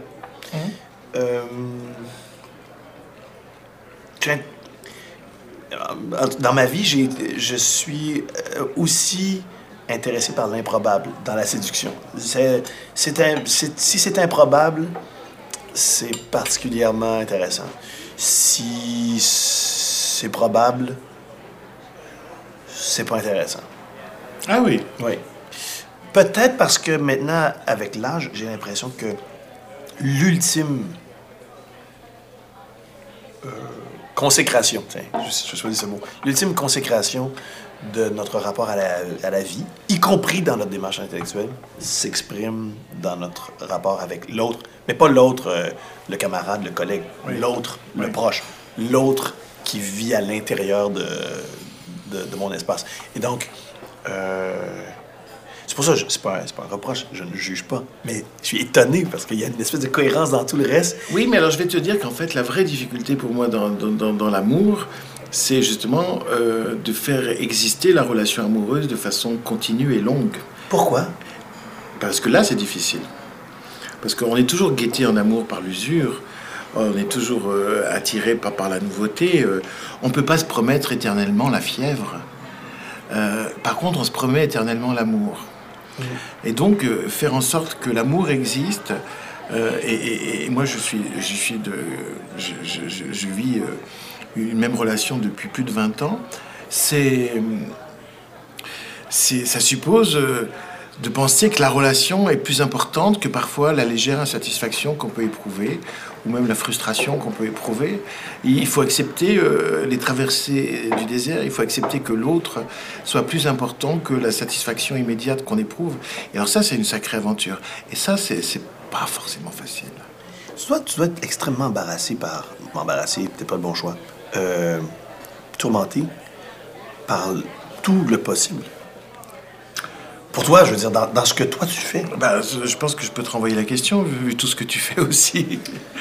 Dans ma vie, je suis aussi intéressé par l'improbable dans la séduction. Si c'est improbable, c'est particulièrement intéressant. Si c'est probable, c'est pas intéressant. Ah oui. Oui. Peut-être parce que maintenant, avec l'âge, j'ai l'impression que l'ultime consécration, tiens, je choisis ce mot, l'ultime consécration de notre rapport à la vie, y compris dans notre démarche intellectuelle, s'exprime dans notre rapport avec l'autre, mais pas l'autre, le camarade, le collègue, l'autre, le proche, l'autre qui vit à l'intérieur de mon espace. Et donc, c'est pour ça que c'est pas un reproche, je ne juge pas, mais je suis étonné parce qu'il y a une espèce de cohérence dans tout le reste. Oui, mais alors je vais te dire qu'en fait, la vraie difficulté pour moi dans l'amour, c'est justement de faire exister la relation amoureuse de façon continue et longue. Pourquoi? Parce que là, c'est difficile. Parce qu'on est toujours guetté en amour par l'usure, on est toujours attiré par la nouveauté. On ne peut pas se promettre éternellement la fièvre. Par contre, on se promet éternellement l'amour. Et donc, faire en sorte que l'amour existe, et moi, je vis une même relation depuis plus de 20 ans, ça suppose de penser que la relation est plus importante que parfois la légère insatisfaction qu'on peut éprouver, ou même la frustration qu'on peut éprouver. Il faut accepter les traversées du désert, il faut accepter que l'autre soit plus important que la satisfaction immédiate qu'on éprouve. Et alors ça, c'est une sacrée aventure. Et ça, c'est pas forcément facile. Tu dois être extrêmement embarrassé peut-être pas le bon choix, tourmenté par tout le possible. Pour toi, je veux dire, dans ce que toi tu fais. Ben, je pense que je peux te renvoyer la question, vu tout ce que tu fais aussi.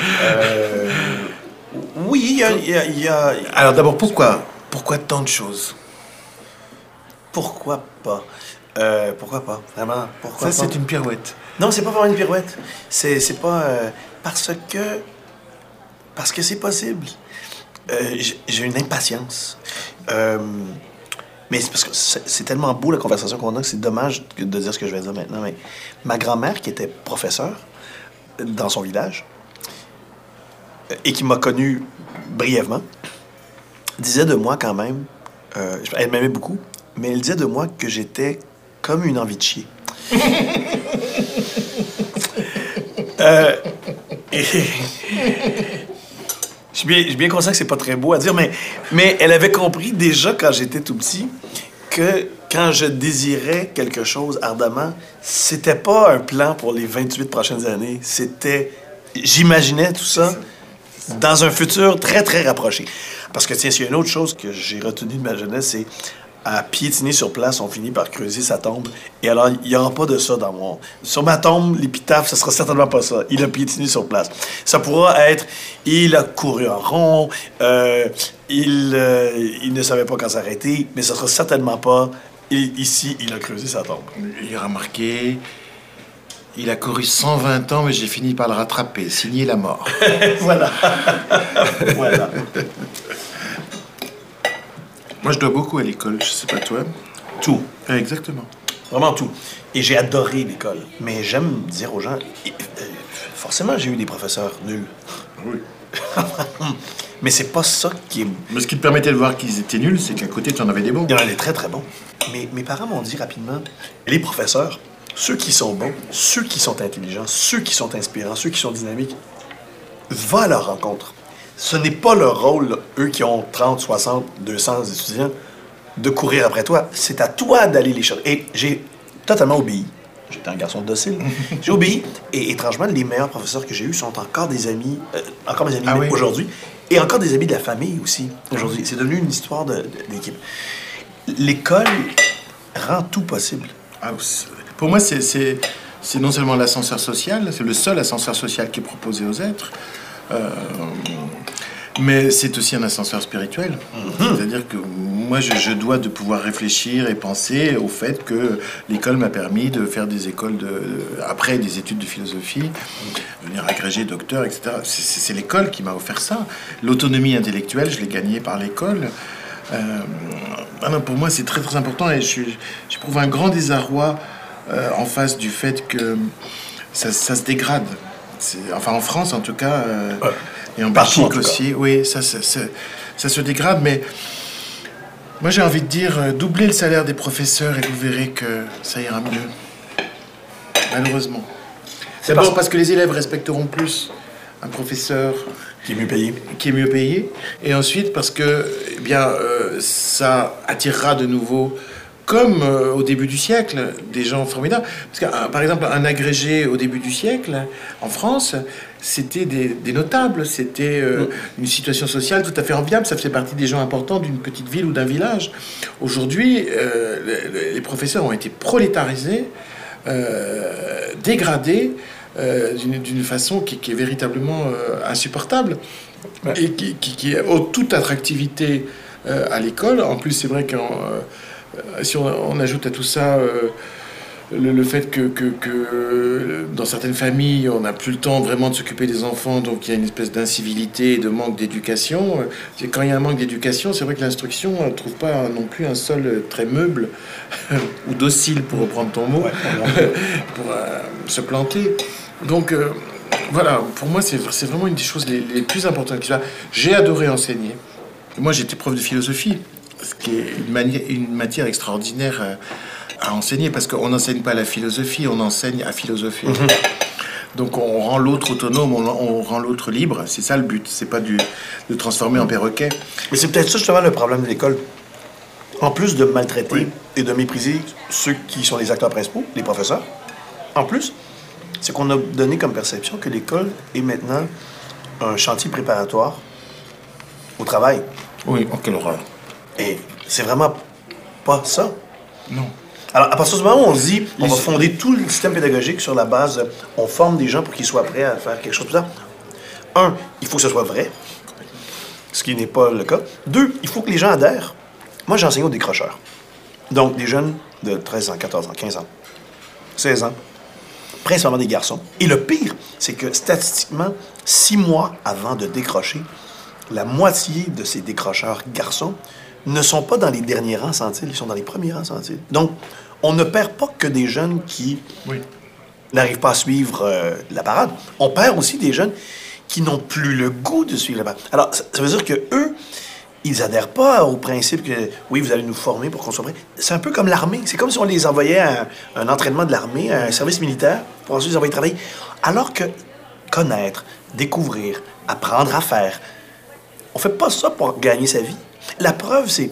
Oui, il y a... Alors d'abord, pourquoi tant de choses? Pourquoi pas? Pourquoi pas? Vraiment, pourquoi ça, pas? c'est une pirouette. Non, c'est pas vraiment une pirouette. C'est pas... Parce que c'est possible. J'ai une impatience. Mais c'est parce que c'est tellement beau la conversation qu'on a que c'est dommage de dire ce que je vais dire maintenant. Mais ma grand-mère, qui était professeure dans son village et qui m'a connu brièvement, disait de moi quand même, elle m'aimait beaucoup, mais elle disait de moi que j'étais comme une envie de chier. Je suis bien conscient que c'est pas très beau à dire, mais elle avait compris déjà quand j'étais tout petit que quand je désirais quelque chose ardemment, c'était pas un plan pour les 28 prochaines années. J'imaginais tout ça dans un futur très, très rapproché. Parce que, tiens, s'il y a une autre chose que j'ai retenue de ma jeunesse, c'est à piétiner sur place, on finit par creuser sa tombe. Et alors, il n'y aura pas de ça dans mon... Sur ma tombe, l'épitaphe, ce sera certainement pas ça. Il a piétiné sur place. Ça pourra être, il a couru en rond, il ne savait pas quand s'arrêter, mais ce sera certainement pas, ici, il a creusé sa tombe. Il a remarqué, il a couru 120 ans, mais j'ai fini par le rattraper, signer la mort. Voilà. Voilà. Moi, je dois beaucoup à l'école, je sais pas toi. Tout. Exactement. Vraiment tout. Et j'ai adoré l'école. Mais j'aime dire aux gens, forcément, j'ai eu des professeurs nuls. Oui. Mais c'est pas ça qui est... Mais ce qui te permettait de voir qu'ils étaient nuls, c'est qu'à côté, tu en avais des bons. Il y en a des très, très bons. Mais mes parents m'ont dit rapidement, les professeurs, ceux qui sont bons, ceux qui sont intelligents, ceux qui sont inspirants, ceux qui sont dynamiques, va à leur rencontre. Ce n'est pas leur rôle, là, eux qui ont 30, 60, 200 étudiants, de courir après toi. C'est à toi d'aller les chercher. Et j'ai totalement obéi. J'étais un garçon docile. J'ai obéi. Et étrangement, les meilleurs professeurs que j'ai eus sont encore des amis, encore mes amis aujourd'hui, et encore des amis de la famille aussi, aujourd'hui. C'est devenu une histoire d'équipe. L'école rend tout possible. Pour moi, c'est non seulement l'ascenseur social, c'est le seul ascenseur social qui est proposé aux êtres, mais c'est aussi un ascenseur spirituel. C'est-à-dire que moi, je dois de pouvoir réfléchir et penser au fait que l'école m'a permis de faire des écoles après des études de philosophie, devenir agrégé, docteur, etc. C'est l'école qui m'a offert ça. L'autonomie intellectuelle, je l'ai gagnée par l'école. Pour moi, c'est très, très important et j'éprouve un grand désarroi en face du fait que ça se dégrade. Enfin, en France, en tout cas, et en Belgique aussi. Oui, ça se dégrade, mais Moi, j'ai envie de dire, doublez le salaire des professeurs et vous verrez que ça ira mieux. Malheureusement. D'abord parce que les élèves respecteront plus un professeur Qui est mieux payé. qui est mieux payé. Et ensuite parce que, eh bien, ça attirera de nouveau, comme au début du siècle, des gens formidables. Parce que, par exemple, un agrégé au début du siècle, en France, c'était des notables, c'était une situation sociale tout à fait enviable, ça faisait partie des gens importants d'une petite ville ou d'un village. Aujourd'hui, les professeurs ont été prolétarisés, dégradés d'une façon qui est véritablement insupportable, et qui ôte toute attractivité à l'école. En plus, c'est vrai que si on ajoute à tout ça le fait que dans certaines familles, on n'a plus le temps vraiment de s'occuper des enfants, donc il y a une espèce d'incivilité et de manque d'éducation. Quand il y a un manque d'éducation, c'est vrai que l'instruction ne trouve pas non plus un sol très meuble ou docile, pour reprendre ton mot, pour se planter. Donc voilà, pour moi, c'est vraiment une des choses les plus importantes qui soit. J'ai adoré enseigner. Moi, j'étais prof de philosophie, ce qui est une matière extraordinaire à enseigner, parce qu'on n'enseigne pas la philosophie, on enseigne à philosopher. Donc on rend l'autre autonome, on rend l'autre libre. C'est ça le but, c'est pas de transformer en perroquet. Mais c'est peut-être ça justement le problème de l'école. En plus de maltraiter et de mépriser ceux qui sont les acteurs principaux, les professeurs, en plus, c'est qu'on a donné comme perception que l'école est maintenant un chantier préparatoire au travail. Oui, oh, quelle horreur. Et c'est vraiment pas ça. Non. Alors, à partir du moment où on se dit, on va fonder tout le système pédagogique sur la base, on forme des gens pour qu'ils soient prêts à faire quelque chose de ça. Un, il faut que ce soit vrai, ce qui n'est pas le cas. Deux, il faut que les gens adhèrent. Moi, j'enseigne aux décrocheurs. Donc, des jeunes de 13 ans, 14 ans, 15 ans, 16 ans, principalement des garçons. Et le pire, c'est que statistiquement, 6 mois avant de décrocher, la moitié de ces décrocheurs garçons ne sont pas dans les derniers rangs centiles, ils sont dans les premiers rangs centiles. Donc, on ne perd pas que des jeunes qui n'arrivent pas à suivre la parade. On perd aussi des jeunes qui n'ont plus le goût de suivre la parade. Alors, ça veut dire que eux, ils adhèrent pas au principe que, oui, vous allez nous former pour qu'on soit prêts. C'est un peu comme l'armée. C'est comme si on les envoyait à un entraînement de l'armée, à un service militaire, pour ensuite les envoyer travailler. Alors que connaître, découvrir, apprendre à faire, on fait pas ça pour gagner sa vie. La preuve, c'est,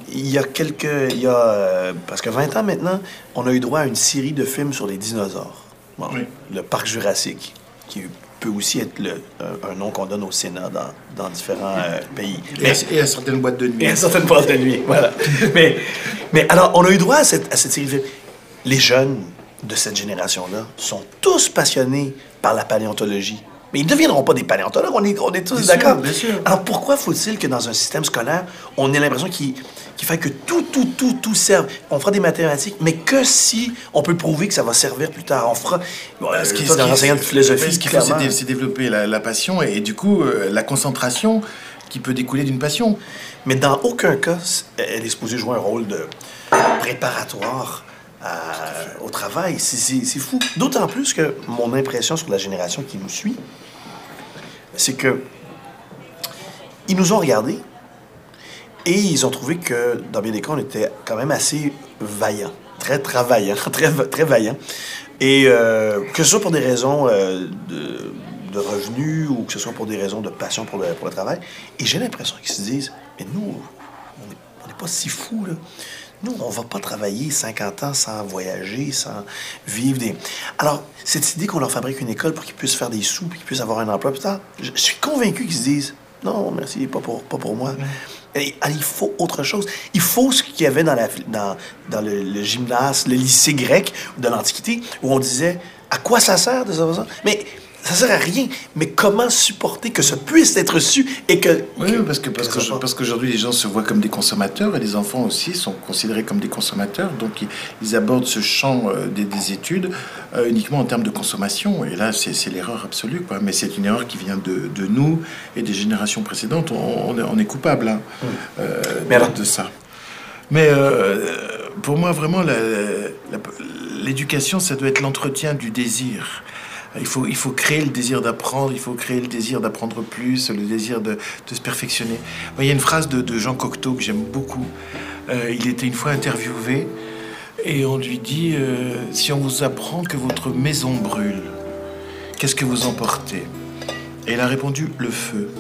parce que 20 ans maintenant, on a eu droit à une série de films sur les dinosaures. Bon, le parc Jurassique, qui peut aussi être un nom qu'on donne au Sénat dans différents pays. Et à certaines boîtes de nuit. Et à certaines boîtes de nuit, voilà. mais alors, on a eu droit à cette série de films. Les jeunes de cette génération-là sont tous passionnés par la paléontologie. Mais ils ne deviendront pas des paléontologues, on est tous d'accord. Bien sûr. Alors pourquoi faut-il que dans un système scolaire, on ait l'impression qu'il fait que tout serve? On fera des mathématiques, mais que si on peut prouver que ça va servir plus tard. On fera... dans l'enseignant de philosophie, ce qu'il faut, c'est développer la passion et du coup, la concentration qui peut découler d'une passion. Mais dans aucun cas, elle est supposée jouer un rôle de préparatoire au travail. C'est fou. D'autant plus que mon impression sur la génération qui nous suit, c'est que ils nous ont regardés et ils ont trouvé que, dans bien des cas, on était quand même assez vaillants, très travaillants, très vaillants. Et que ce soit pour des raisons de revenus ou que ce soit pour des raisons de passion pour le travail. Et j'ai l'impression qu'ils se disent, mais nous, on n'est pas si fous, là. Nous, on ne va pas travailler 50 ans sans voyager, sans vivre des... Alors, cette idée qu'on leur fabrique une école pour qu'ils puissent faire des sous, puis qu'ils puissent avoir un emploi plus tard, je suis convaincu qu'ils se disent « Non, merci, pas pour moi. » Et, il faut autre chose. Il faut ce qu'il y avait dans le gymnase, le lycée grec de l'Antiquité, où on disait « À quoi ça sert de savoir ça? » Mais ça sert à rien. Mais comment supporter que ça puisse être su et que... Oui, parce qu'aujourd'hui, les gens se voient comme des consommateurs et les enfants aussi sont considérés comme des consommateurs. Donc, ils abordent ce champ des études uniquement en termes de consommation. Et là, c'est l'erreur absolue, quoi. Mais c'est une erreur qui vient de nous et des générations précédentes. On est coupable de ça. Mais pour moi, vraiment, l'éducation, ça doit être l'entretien du désir. Il faut créer le désir d'apprendre, il faut créer le désir d'apprendre plus, le désir de se perfectionner. Il y a une phrase de Jean Cocteau que j'aime beaucoup, Il était une fois interviewé et on lui dit si on vous apprend que votre maison brûle, qu'est-ce que vous emportez? Et il a répondu le feu.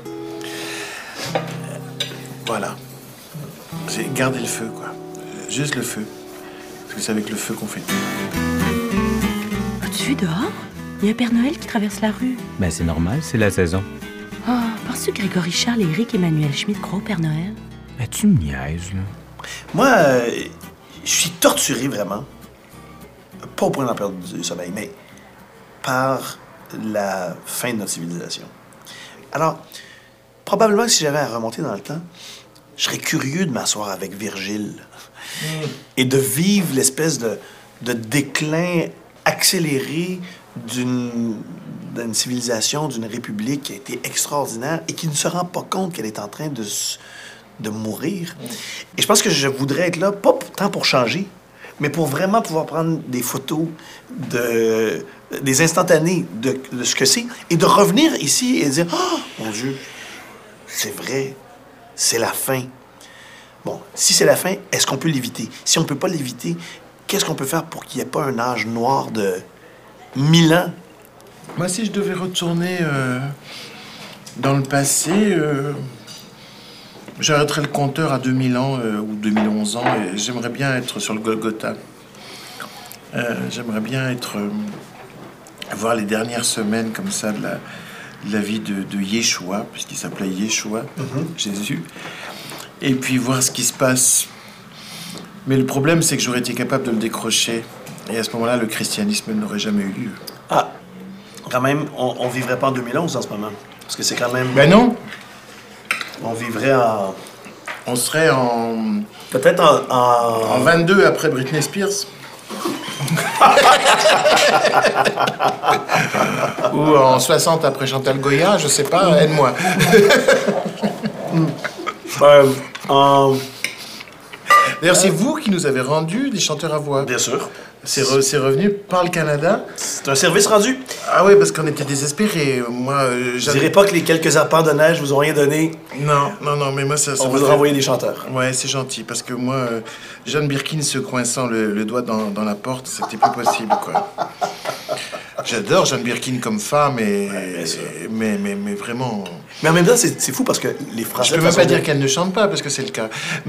Voilà. C'est garder le feu, quoi. Juste le feu. Parce que c'est avec le feu qu'on fait tout. As-tu vu dehors? Il y a un Père Noël qui traverse la rue. Ben, c'est normal, c'est la saison. Ah, penses-tu que Grégory Charles et Éric Emmanuel Schmitt croient au Père Noël? Ben, tu me niaises, là. Moi, je suis torturé vraiment. Pas au point d'en perdre du sommeil, mais par la fin de notre civilisation. Alors, probablement que si j'avais à remonter dans le temps, je serais curieux de m'asseoir avec Virgile et de vivre l'espèce de déclin accéléré d'une civilisation, d'une république qui a été extraordinaire et qui ne se rend pas compte qu'elle est en train de mourir. Et je pense que je voudrais être là, pas tant pour changer, mais pour vraiment pouvoir prendre des photos des instantanés de ce que c'est et de revenir ici et dire « Oh, mon Dieu, c'est vrai, c'est la fin. » Bon, si c'est la fin, est-ce qu'on peut l'éviter? Si on ne peut pas l'éviter, qu'est-ce qu'on peut faire pour qu'il n'y ait pas un âge noir de 1000 ans? Moi, si je devais retourner dans le passé, j'arrêterais le compteur à 2000 ans ou 2011 ans et j'aimerais bien être sur le Golgotha. J'aimerais bien voir les dernières semaines comme ça de la vie de Yeshua, puisqu'il s'appelait Yeshua, Jésus, et puis voir ce qui se passe. Mais le problème, c'est que j'aurais été capable de le décrocher. Et à ce moment-là, le christianisme n'aurait jamais eu lieu. Ah, quand même, on vivrait pas en 2011 en ce moment. Parce que c'est quand même... Ben non! On vivrait en... On serait en... Peut-être En 22 après Britney Spears. Ou en 60 après Chantal Goya, je sais pas, aide-moi. D'ailleurs, c'est vous qui nous avez rendu des chanteurs à voix. Bien sûr. C'est revenu par le Canada. C'est un service rendu. Ah oui, parce qu'on était désespérés. Moi, Je dirais pas que les quelques arpents de neige vous ont rien donné. Non, mais moi, ça On vous a renvoyé des chanteurs. Ouais, c'est gentil, parce que moi, Jeanne Birkin se coinçant le doigt dans la porte, c'était plus possible, quoi. J'adore Jeanne Birkin comme femme, mais vraiment... Mais en même temps, c'est fou parce que les Français... Je peux même pas dire qu'elle ne chante pas, parce que c'est le cas.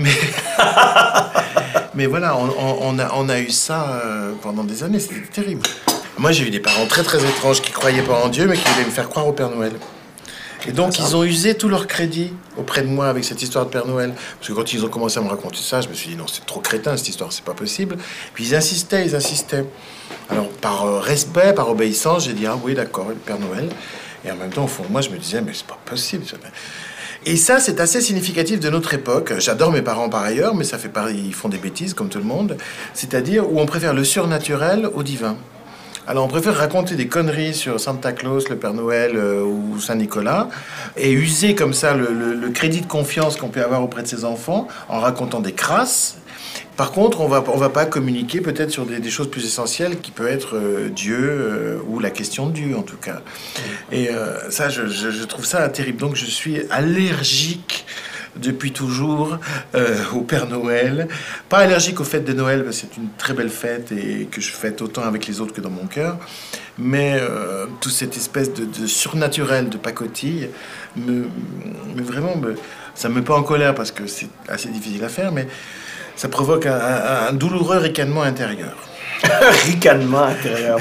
Mais voilà, on a eu ça pendant des années, c'était terrible. Moi, j'ai eu des parents très très étranges qui croyaient pas en Dieu, mais qui voulaient me faire croire au Père Noël. Et donc, ils ont usé tout leur crédit auprès de moi avec cette histoire de Père Noël. Parce que quand ils ont commencé à me raconter ça, je me suis dit, non, c'est trop crétin, cette histoire, c'est pas possible. Puis ils insistaient. Alors, par respect, par obéissance, j'ai dit, ah oui, d'accord, le Père Noël. Et en même temps, au fond de moi, je me disais, mais c'est pas possible. Et ça, c'est assez significatif de notre époque. J'adore mes parents par ailleurs, mais ça fait pareil, ils font des bêtises, comme tout le monde. C'est-à-dire où on préfère le surnaturel au divin. Alors, on préfère raconter des conneries sur Santa Claus, le Père Noël ou Saint-Nicolas, et user comme ça le crédit de confiance qu'on peut avoir auprès de ses enfants en racontant des crasses. Par contre, on va pas communiquer peut-être sur des choses plus essentielles qui peut être Dieu ou la question de Dieu, en tout cas. Et ça, je trouve ça terrible. Donc, je suis allergique depuis toujours au Père Noël. Pas allergique aux fêtes de Noël, parce que c'est une très belle fête et que je fête autant avec les autres que dans mon cœur. Mais toute cette espèce de surnaturel, de pacotille, ça me met pas en colère parce que c'est assez difficile à faire, mais ça provoque un douloureux ricanement intérieur. Ricanement intérieur.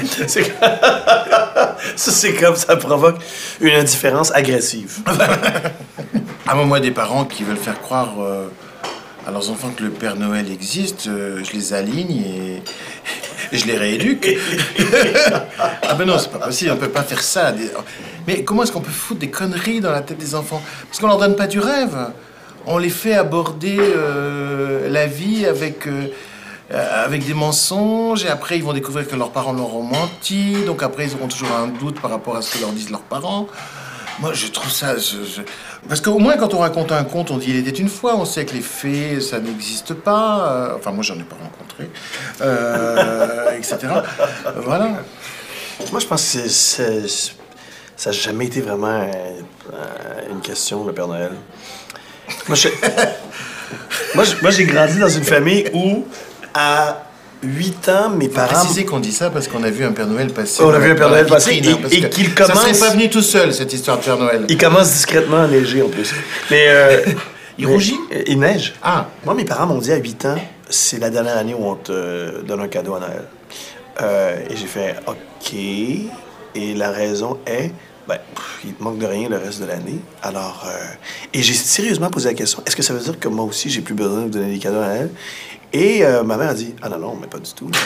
C'est comme ça provoque une indifférence agressive. À moi, des parents qui veulent faire croire à leurs enfants que le Père Noël existe, je les aligne et je les rééduque. Ah ben non, c'est pas possible, on peut pas faire ça. Mais comment est-ce qu'on peut foutre des conneries dans la tête des enfants? Parce qu'on leur donne pas du rêve. On les fait aborder la vie avec des mensonges, et après ils vont découvrir que leurs parents leur ont menti, donc après ils auront toujours un doute par rapport à ce que leur disent leurs parents. Moi, je trouve ça... Parce qu'au moins, quand on raconte un conte, on dit « il était une fois », on sait que les fées, ça n'existe pas. Enfin, moi, j'en ai pas rencontré, etc. Voilà. Moi, je pense que ça n'a jamais été vraiment une question, le Père Noël. Moi, Moi, j'ai grandi dans une famille où, à 8 ans, mes Faut parents... préciser qu'on dit ça parce qu'on a vu un Père Noël passer. On a vu un Père dans la Noël passer vitrine, hein, parce et que qu'il Ça commence... serait pas venu tout seul, cette histoire de Père Noël. Il commence discrètement à neiger, en plus. Mais... Il rougit? Il neige. Ah. Moi, mes parents m'ont dit à 8 ans, c'est la dernière année où on te donne un cadeau à Noël. Et j'ai fait OK. Et la raison est, il te manque de rien le reste de l'année. Alors, et j'ai sérieusement posé la question, est-ce que ça veut dire que moi aussi, j'ai plus besoin de donner des cadeaux à Noël? Et ma mère a dit, ah non, mais pas du tout.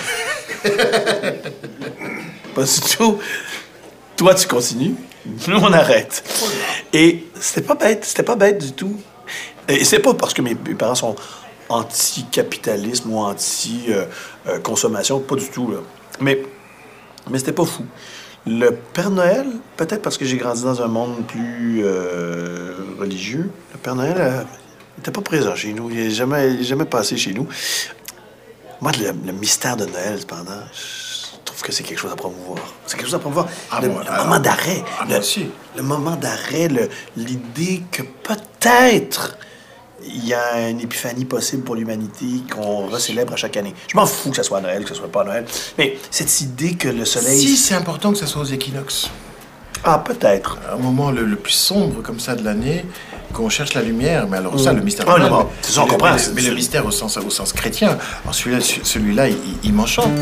Pas du tout. Toi, tu continues. Nous, on arrête. Et c'était pas bête du tout. Et c'est pas parce que mes parents sont anti-capitalisme ou anti-consommation, pas du tout, là. Mais c'était pas fou. Le Père Noël, peut-être parce que j'ai grandi dans un monde plus religieux, le Père Noël n'était pas présent chez nous. Il n'est jamais passé chez nous. Moi, le mystère de Noël, cependant, je trouve que c'est quelque chose à promouvoir. C'est quelque chose à promouvoir. Le moment d'arrêt. Le moment d'arrêt, l'idée que peut-être il y a une épiphanie possible pour l'humanité qu'on recélèbre à chaque année. Je m'en fous que ça soit à Noël, que ce soit pas à Noël, mais cette idée que le soleil... Si, c'est important que ça soit aux équinoxes. Ah, peut-être. Un moment le plus sombre comme ça de l'année, qu'on cherche la lumière, mais alors ça, le mystère de Noël, c'est ça, on comprend. Mais le mystère au sens chrétien, alors celui-là, il m'enchante.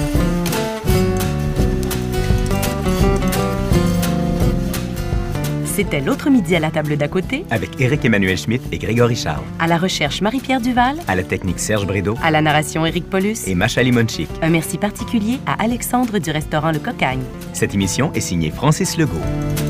C'était l'autre midi à la table d'à côté. Avec Éric-Emmanuel Schmitt et Grégory Charles. À la recherche, Marie-Pierre Duval. À la technique, Serge Brideau. À la narration, Éric Paulus. Et Macha Limonchik. Un merci particulier à Alexandre du restaurant Le Cocagne. Cette émission est signée Francis Legault.